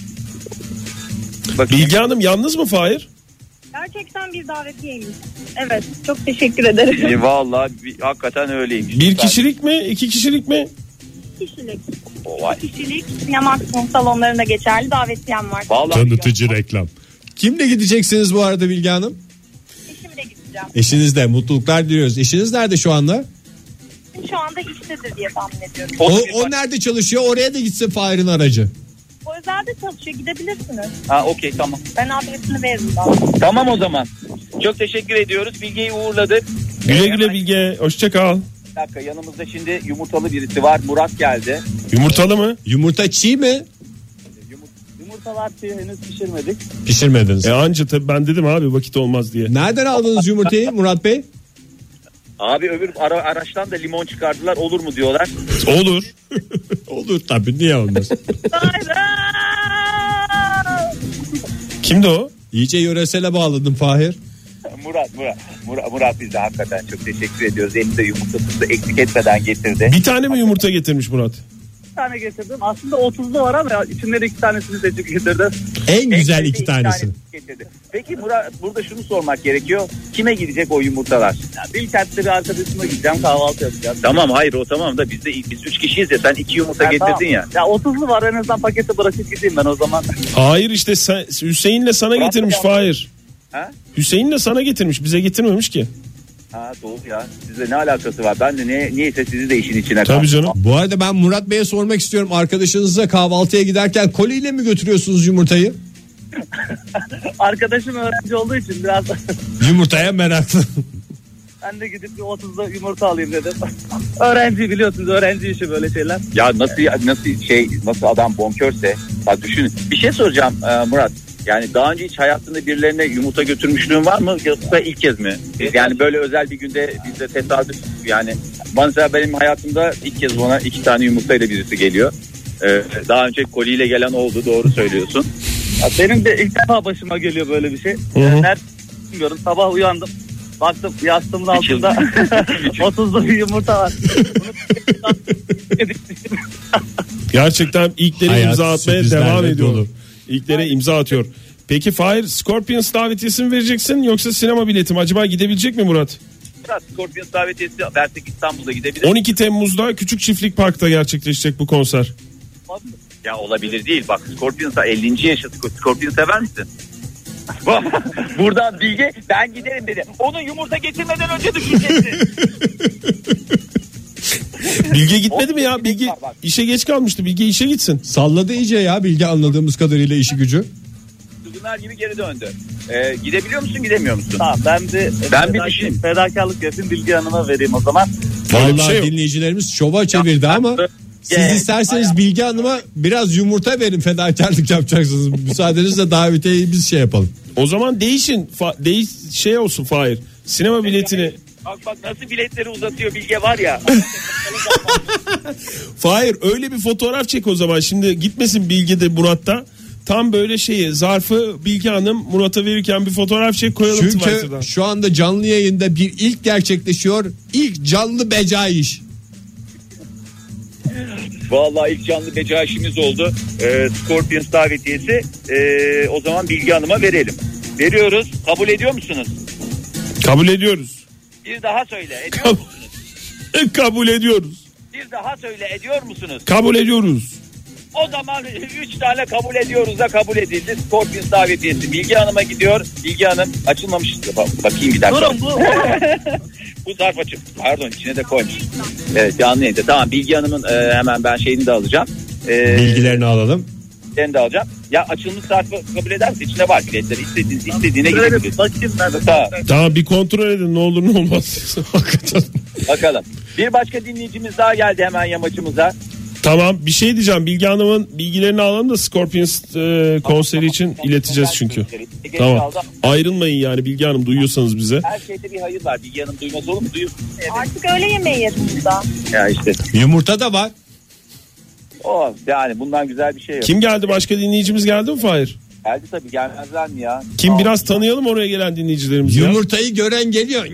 Bakayım. Bilge Hanım yalnız mı Fahir? Gerçekten bir davetiyeymiş. Evet, çok teşekkür ederim. Vallahi hakikaten öyleymiş. Bir kişilik mi, iki kişilik mi? Kişilik. Vay. Kişilik Sinemaksimum salonlarında geçerli davetiyem var. Vallahi Tanıtıcı reklam. Kimle gideceksiniz bu arada Bilge Hanım? Eşimle gideceğim. Eşinizle mutluluklar diliyoruz. Eşiniz nerede şu anda? Şu anda iştedir diye tahmin ediyorum. O nerede çalışıyor? Oraya da gitsin Fahir'in aracı. O özelde çalışıyor, gidebilirsiniz. Okey, tamam. Ben adresini veririm daha. Tamam o zaman. Çok teşekkür ediyoruz. Bilge'yi uğurladık. Güle güle Bilge. Hoşça kal. Bir dakika, yanımızda şimdi yumurtalı birisi var. Murat geldi. Yumurtalı mı? Yumurta çiğ mi? Yumurtalar henüz pişirmedik. Pişirmediniz. Anca tabii ben dedim abi vakit olmaz diye. Nereden aldınız yumurtayı Murat Bey? Abi öbür araçtan da limon çıkardılar, olur mu diyorlar. Olur. Olur tabii, niye olmaz? Kimdi o? İyice yöresele bağladın Fahir. Murat bize hakikaten çok teşekkür ediyoruz. Elinde yumurtasını da eksik etmeden getirdi. Bir tane mi yumurta getirmiş Murat? Bir tane getirdim. Aslında 30'lu var ama içinden 2 tanesini seçip getirdim. En güzel 2 tanesini. Getirdi. Peki Murat, burada şunu sormak gerekiyor. Kime gidecek o yumurtalar? Bilkent'te bir arkadaşıma gideceğim, kahvaltı yapacağım. Tamam, hayır o tamam da biz 3 kişiyiz ya, sen 2 yumurta getirdin tamam. ya. Ya 30'lu var, en azından paketi bırakıp gideyim ben o zaman. Hayır işte Hüseyin'le sana Murat getirmiş Fahir. Ha? Hüseyin'le sana getirmiş, bize getirmemiş ki. Doğru ya. Sizle ne alakası var? Ben de niyeyse sizi de işin içine Tabii canım. Bu arada ben Murat Bey'e sormak istiyorum. Arkadaşınızla kahvaltıya giderken koliyle mi götürüyorsunuz yumurtayı? Arkadaşım öğrenci olduğu için biraz Yumurtaya meraklı. ben de gidip bir 30'da yumurta alayım dedim. Öğrenci, biliyorsunuz öğrenci işi böyle şeyler. Ya nasıl adam bonkörse. Ya düşünün. Bir şey soracağım Murat. Yani daha önce hiç hayatında birilerine yumurta götürmüşlüğün var mı? Yoksa ilk kez mi? Yani böyle özel bir günde bizde tesadüf yani. Mesela benim hayatımda ilk kez bana 2 tane yumurtayla birisi geliyor. Daha önce koliyle gelen oldu, doğru söylüyorsun. Ya benim de ilk defa başıma geliyor böyle bir şey. Nerede bilmiyorum, sabah uyandım. Baktım yastığımın altında 30'da bir yumurta var. Gerçekten ilklere Hayat imza atmaya sürprizlerle devam ediyor. dolu. İlklere imza atıyor. Peki Fahir, Scorpions davetiyesi mi vereceksin yoksa sinema bileti mi? Acaba gidebilecek mi Murat? Scorpions davetiyesi versek İstanbul'da gidebilir. 12 Temmuz'da Küçük Çiftlik Park'ta gerçekleşecek bu konser. Ya olabilir değil. Bak Scorpions'a 50. yaşı. Scorpions sever misin? Buradan Bilge ben giderim dedi. Onun yumurta getirmeden önce düşüneceksin. Bilge gitmedi mi ya? Bilge işe geç kalmıştı. Bilge işe gitsin. Salladı iyice ya Bilge, anladığımız kadarıyla işi gücü. Kızımlar gibi geri döndü. Gidebiliyor musun, gidemiyor musun? Tamam, ben bir düşüneyim. Fedakarlık yapayım, Bilge Hanım'a vereyim o zaman. Vallahi şey dinleyicilerimiz şova çevirdi ama siz isterseniz Bilge Hanım'a biraz yumurta verin, fedakarlık yapacaksınız. Müsaadenizle davetiyeyi biz şey yapalım. O zaman değişin. Şey olsun Fahir. Sinema biletini. Bak nasıl biletleri uzatıyor Bilge var ya. Fahir öyle bir fotoğraf çek o zaman. Şimdi gitmesin Bilge de Murat'ta. Tam böyle zarfı Bilge Hanım Murat'a verirken bir fotoğraf çek, koyalım Twitter'dan. Çünkü şu anda canlı yayında bir ilk gerçekleşiyor. İlk canlı beca iş. Vallahi ilk canlı beca işimiz oldu. Scorpions davetiyesi. O zaman Bilge Hanım'a verelim. Veriyoruz. Kabul ediyor musunuz? Kabul ediyoruz. Bir daha söyle. Ediyor musunuz? Kabul ediyoruz. Bir daha söyle. Ediyor musunuz? Kabul ediyoruz. O zaman 3 tane kabul ediyoruz da kabul edildi. Scorpions davetiyesi Bilge Hanım'a gidiyor. Bilge Hanım açılmamış. Bakayım bir dakika. Durun bu. Bu zarf açık. Pardon, içine de koymuş. Evet, canlı yayında. Tamam, Bilge Hanım'ın hemen ben şeyini de alacağım. Bilgilerini alalım. Ben de alacağım. Ya açılmış zarfı kabul ederse içine var biletleri. İstediğine gidebiliriz. Bakayım ben. Tamam, bir kontrol edin ne olur ne olmaz. Hakikaten. Bakalım. Bir başka dinleyicimiz daha geldi hemen yamacımıza. Tamam, bir şey diyeceğim. Bilge Hanım'ın bilgilerini alalım da Scorpions konseri için ileteceğiz çünkü. Tamam. Ayrılmayın yani Bilge Hanım, duyuyorsanız bize. Her şeyde bir hayır var. Bilge Hanım duymaz olur mu? Duyuyorsun. Artık öğle yemeği yapımızda. Ya işte. Yumurta da var. O yani bundan güzel bir şey yok. Kim geldi? Başka dinleyicimiz geldi mi Fahir? Geldi tabii, gelmezler mi ya? Kim, biraz tanıyalım oraya gelen dinleyicilerimizi. Yumurtayı gören geliyor.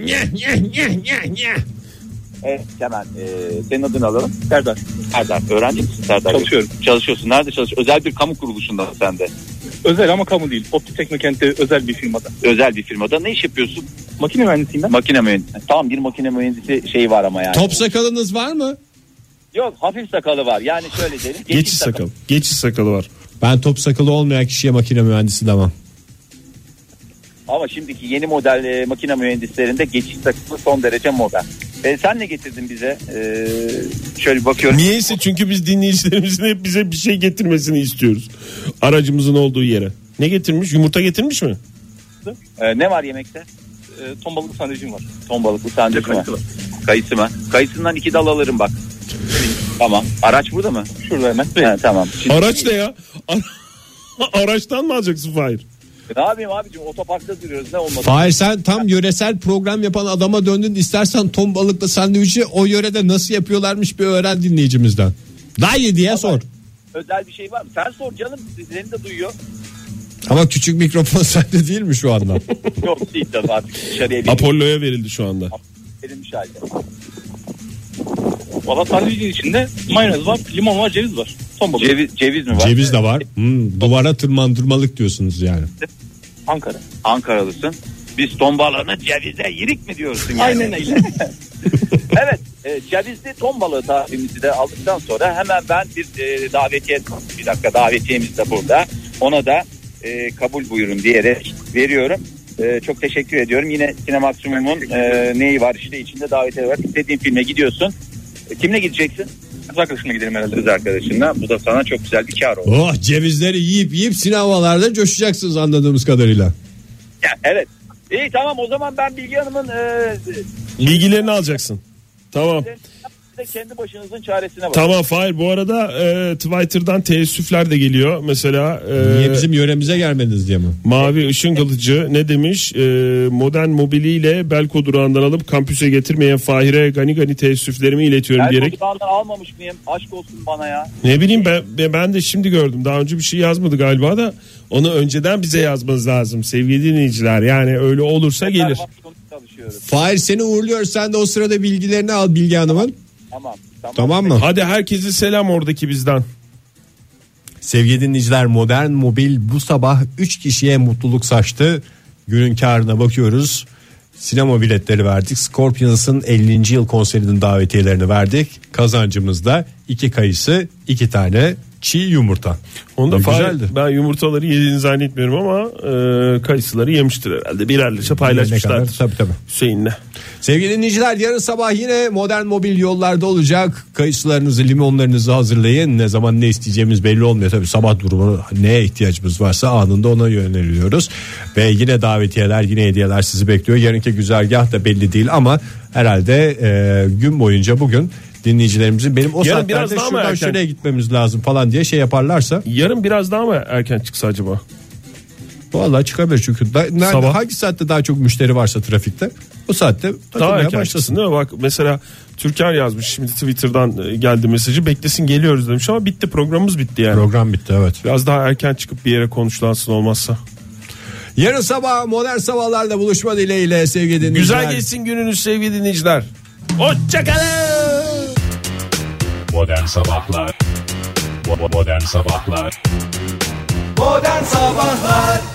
Evet, hemen senin adını alalım. Serdar. Serdar, öğrenci misin Serdar? Çalışıyorum. Çalışıyorsun. Nerede çalışıyorsun? Özel bir kamu kuruluşunda mı sen de? Özel ama kamu değil. Optik Teknokent'te özel bir firmada. Özel bir firmada. Ne iş yapıyorsun? Makine mühendisiyim ben. Makine mühendisi. Tam bir makine mühendisi şeyi var ama yani. Top sakalınız var mı? Yok, hafif sakalı var. Yani şöyle diyelim. Geçiş sakalı. Geçiş sakalı var. Ben top sakalı olmayan kişiye makine mühendisi demem. Ama şimdiki yeni model makine mühendislerinde geçiş sakalı son derece modern. Sen ne getirdin bize? Şöyle bakıyorum. Niyeyse, çünkü biz dinleyicilerimizin hep bize bir şey getirmesini istiyoruz. Aracımızın olduğu yere. Ne getirmiş? Yumurta getirmiş mi? Ne var yemekte? Ton balıklı sandviçim var. Ton balıklı sandviç mi? Kayısı mı? Kayısından 2 dal alırım bak. Tamam. Araç burada mı? Şurada hemen. Tamam. Şimdi... Araç ne ya? Araçtan mı alacaksın Fahir? Ne yapayım abicim, otoparkta duruyoruz, ne olmadı. Fahir, sen tam yöresel program yapan adama döndün. İstersen ton balıklı sandviçi o yörede nasıl yapıyorlarmış bir öğren dinleyicimizden. Dayı diye sor. Özel bir şey var mı? Sen sor canım, seni de duyuyor. Ama küçük mikrofon sende değil mi şu anda? Yok değil tabii, artık dışarıya verildi. Apollo'ya verildi şu anda. Verilmiş halde. Valla sandviçin içinde mayonez var, limon var, ceviz var. Ton balığı. Ceviz mi var? Ceviz de var. Duvara tırmandırmalık diyorsunuz yani. Ankara. Ankaralısın. Biz ton balığını cevize yirik mi diyorsun yani? Aynen öyle. Evet, cevizli ton balığı tarifimizi de aldıktan sonra hemen ben bir dakika davetiyemiz de burada. Ona da kabul buyurun diyerek veriyorum. Çok teşekkür ediyorum. Yine Sinemaksimum'un neyi var işte, içinde davetiye var. İstediğin filme gidiyorsun. Kimle gideceksin? Kız arkadaşımla gidelim herhalde. Kız arkadaşınla. Bu da sana çok güzel bir kar oldu. Oh, cevizleri yiyip sinemalarda coşacaksınız anladığımız kadarıyla. Ya, evet. İyi, tamam, o zaman ben Bilge Hanım'ın bilgilerini alacaksın. Tamam. de kendi başınızın çaresine bakın. Tamam Fahir, bu arada Twitter'dan teessüfler de geliyor. Mesela Niye bizim yöremize gelmediniz diye mi? Mavi Işın Kılıcı ne demiş? Modern mobiliyle Belko durağından alıp kampüse getirmeyen Fahir'e gani teessüflerimi iletiyorum Ben diyerek. durağından almamış mıyım? Aşk olsun bana ya. Ne bileyim, ben de şimdi gördüm. Daha önce bir şey yazmadı galiba da onu önceden bize yazmanız lazım sevgili dinleyiciler. Yani öyle olursa gelir. Fahir seni uğurluyoruz. Sen de o sırada bilgilerini al Bilge Hanım'ın. Tamam mı? Hadi herkese selam oradaki bizden. Sevgili dinleyiciler, Modern Mobil bu sabah 3 kişiye mutluluk saçtı. Günün karına bakıyoruz. Sinema biletleri verdik. Scorpions'ın 50. yıl konserinin davetiyelerini verdik. Kazancımız da 2 kayısı, 2 tane çiğ yumurta. Onu da güzeldi. ben yumurtaları yediğini zannetmiyorum ama kayısıları yemiştir herhalde. Birerlerce paylaşmışlardır. Tabii. Hüseyin'le. Sevgili dinleyiciler, yarın sabah yine Modern Mobil yollarda olacak. Kayısılarınızı, limonlarınızı hazırlayın. Ne zaman ne isteyeceğimiz belli olmuyor. Tabii sabah durumu, neye ihtiyacımız varsa anında ona yöneliyoruz. Ve yine davetiyeler, yine hediyeler sizi bekliyor. Yarınki güzergah da belli değil ama herhalde gün boyunca bugün dinleyicilerimizin benim o yarın saatlerde şuradan şuraya gitmemiz lazım falan diye şey yaparlarsa. Yarın biraz daha mı erken çıksa acaba? Vallahi çıkabilir çünkü Sabah. hangi saatte daha çok müşteri varsa trafikte o saatte Daha takılmaya erken başlasın. çıksın değil mi? Bak mesela Türker yazmış şimdi Twitter'dan geldi mesajı, beklesin geliyoruz demiş ama bitti, programımız bitti yani. Program bitti, evet. Biraz daha erken çıkıp bir yere konuşulansın olmazsa. Yarın sabah Modern Sabahlar'da buluşma dileğiyle sevgili dinleyiciler. Güzel geçsin gününüz sevgili dinleyiciler. Hoşçakalın. Modern Sabahlar. Modern Sabahlar. Modern Sabahlar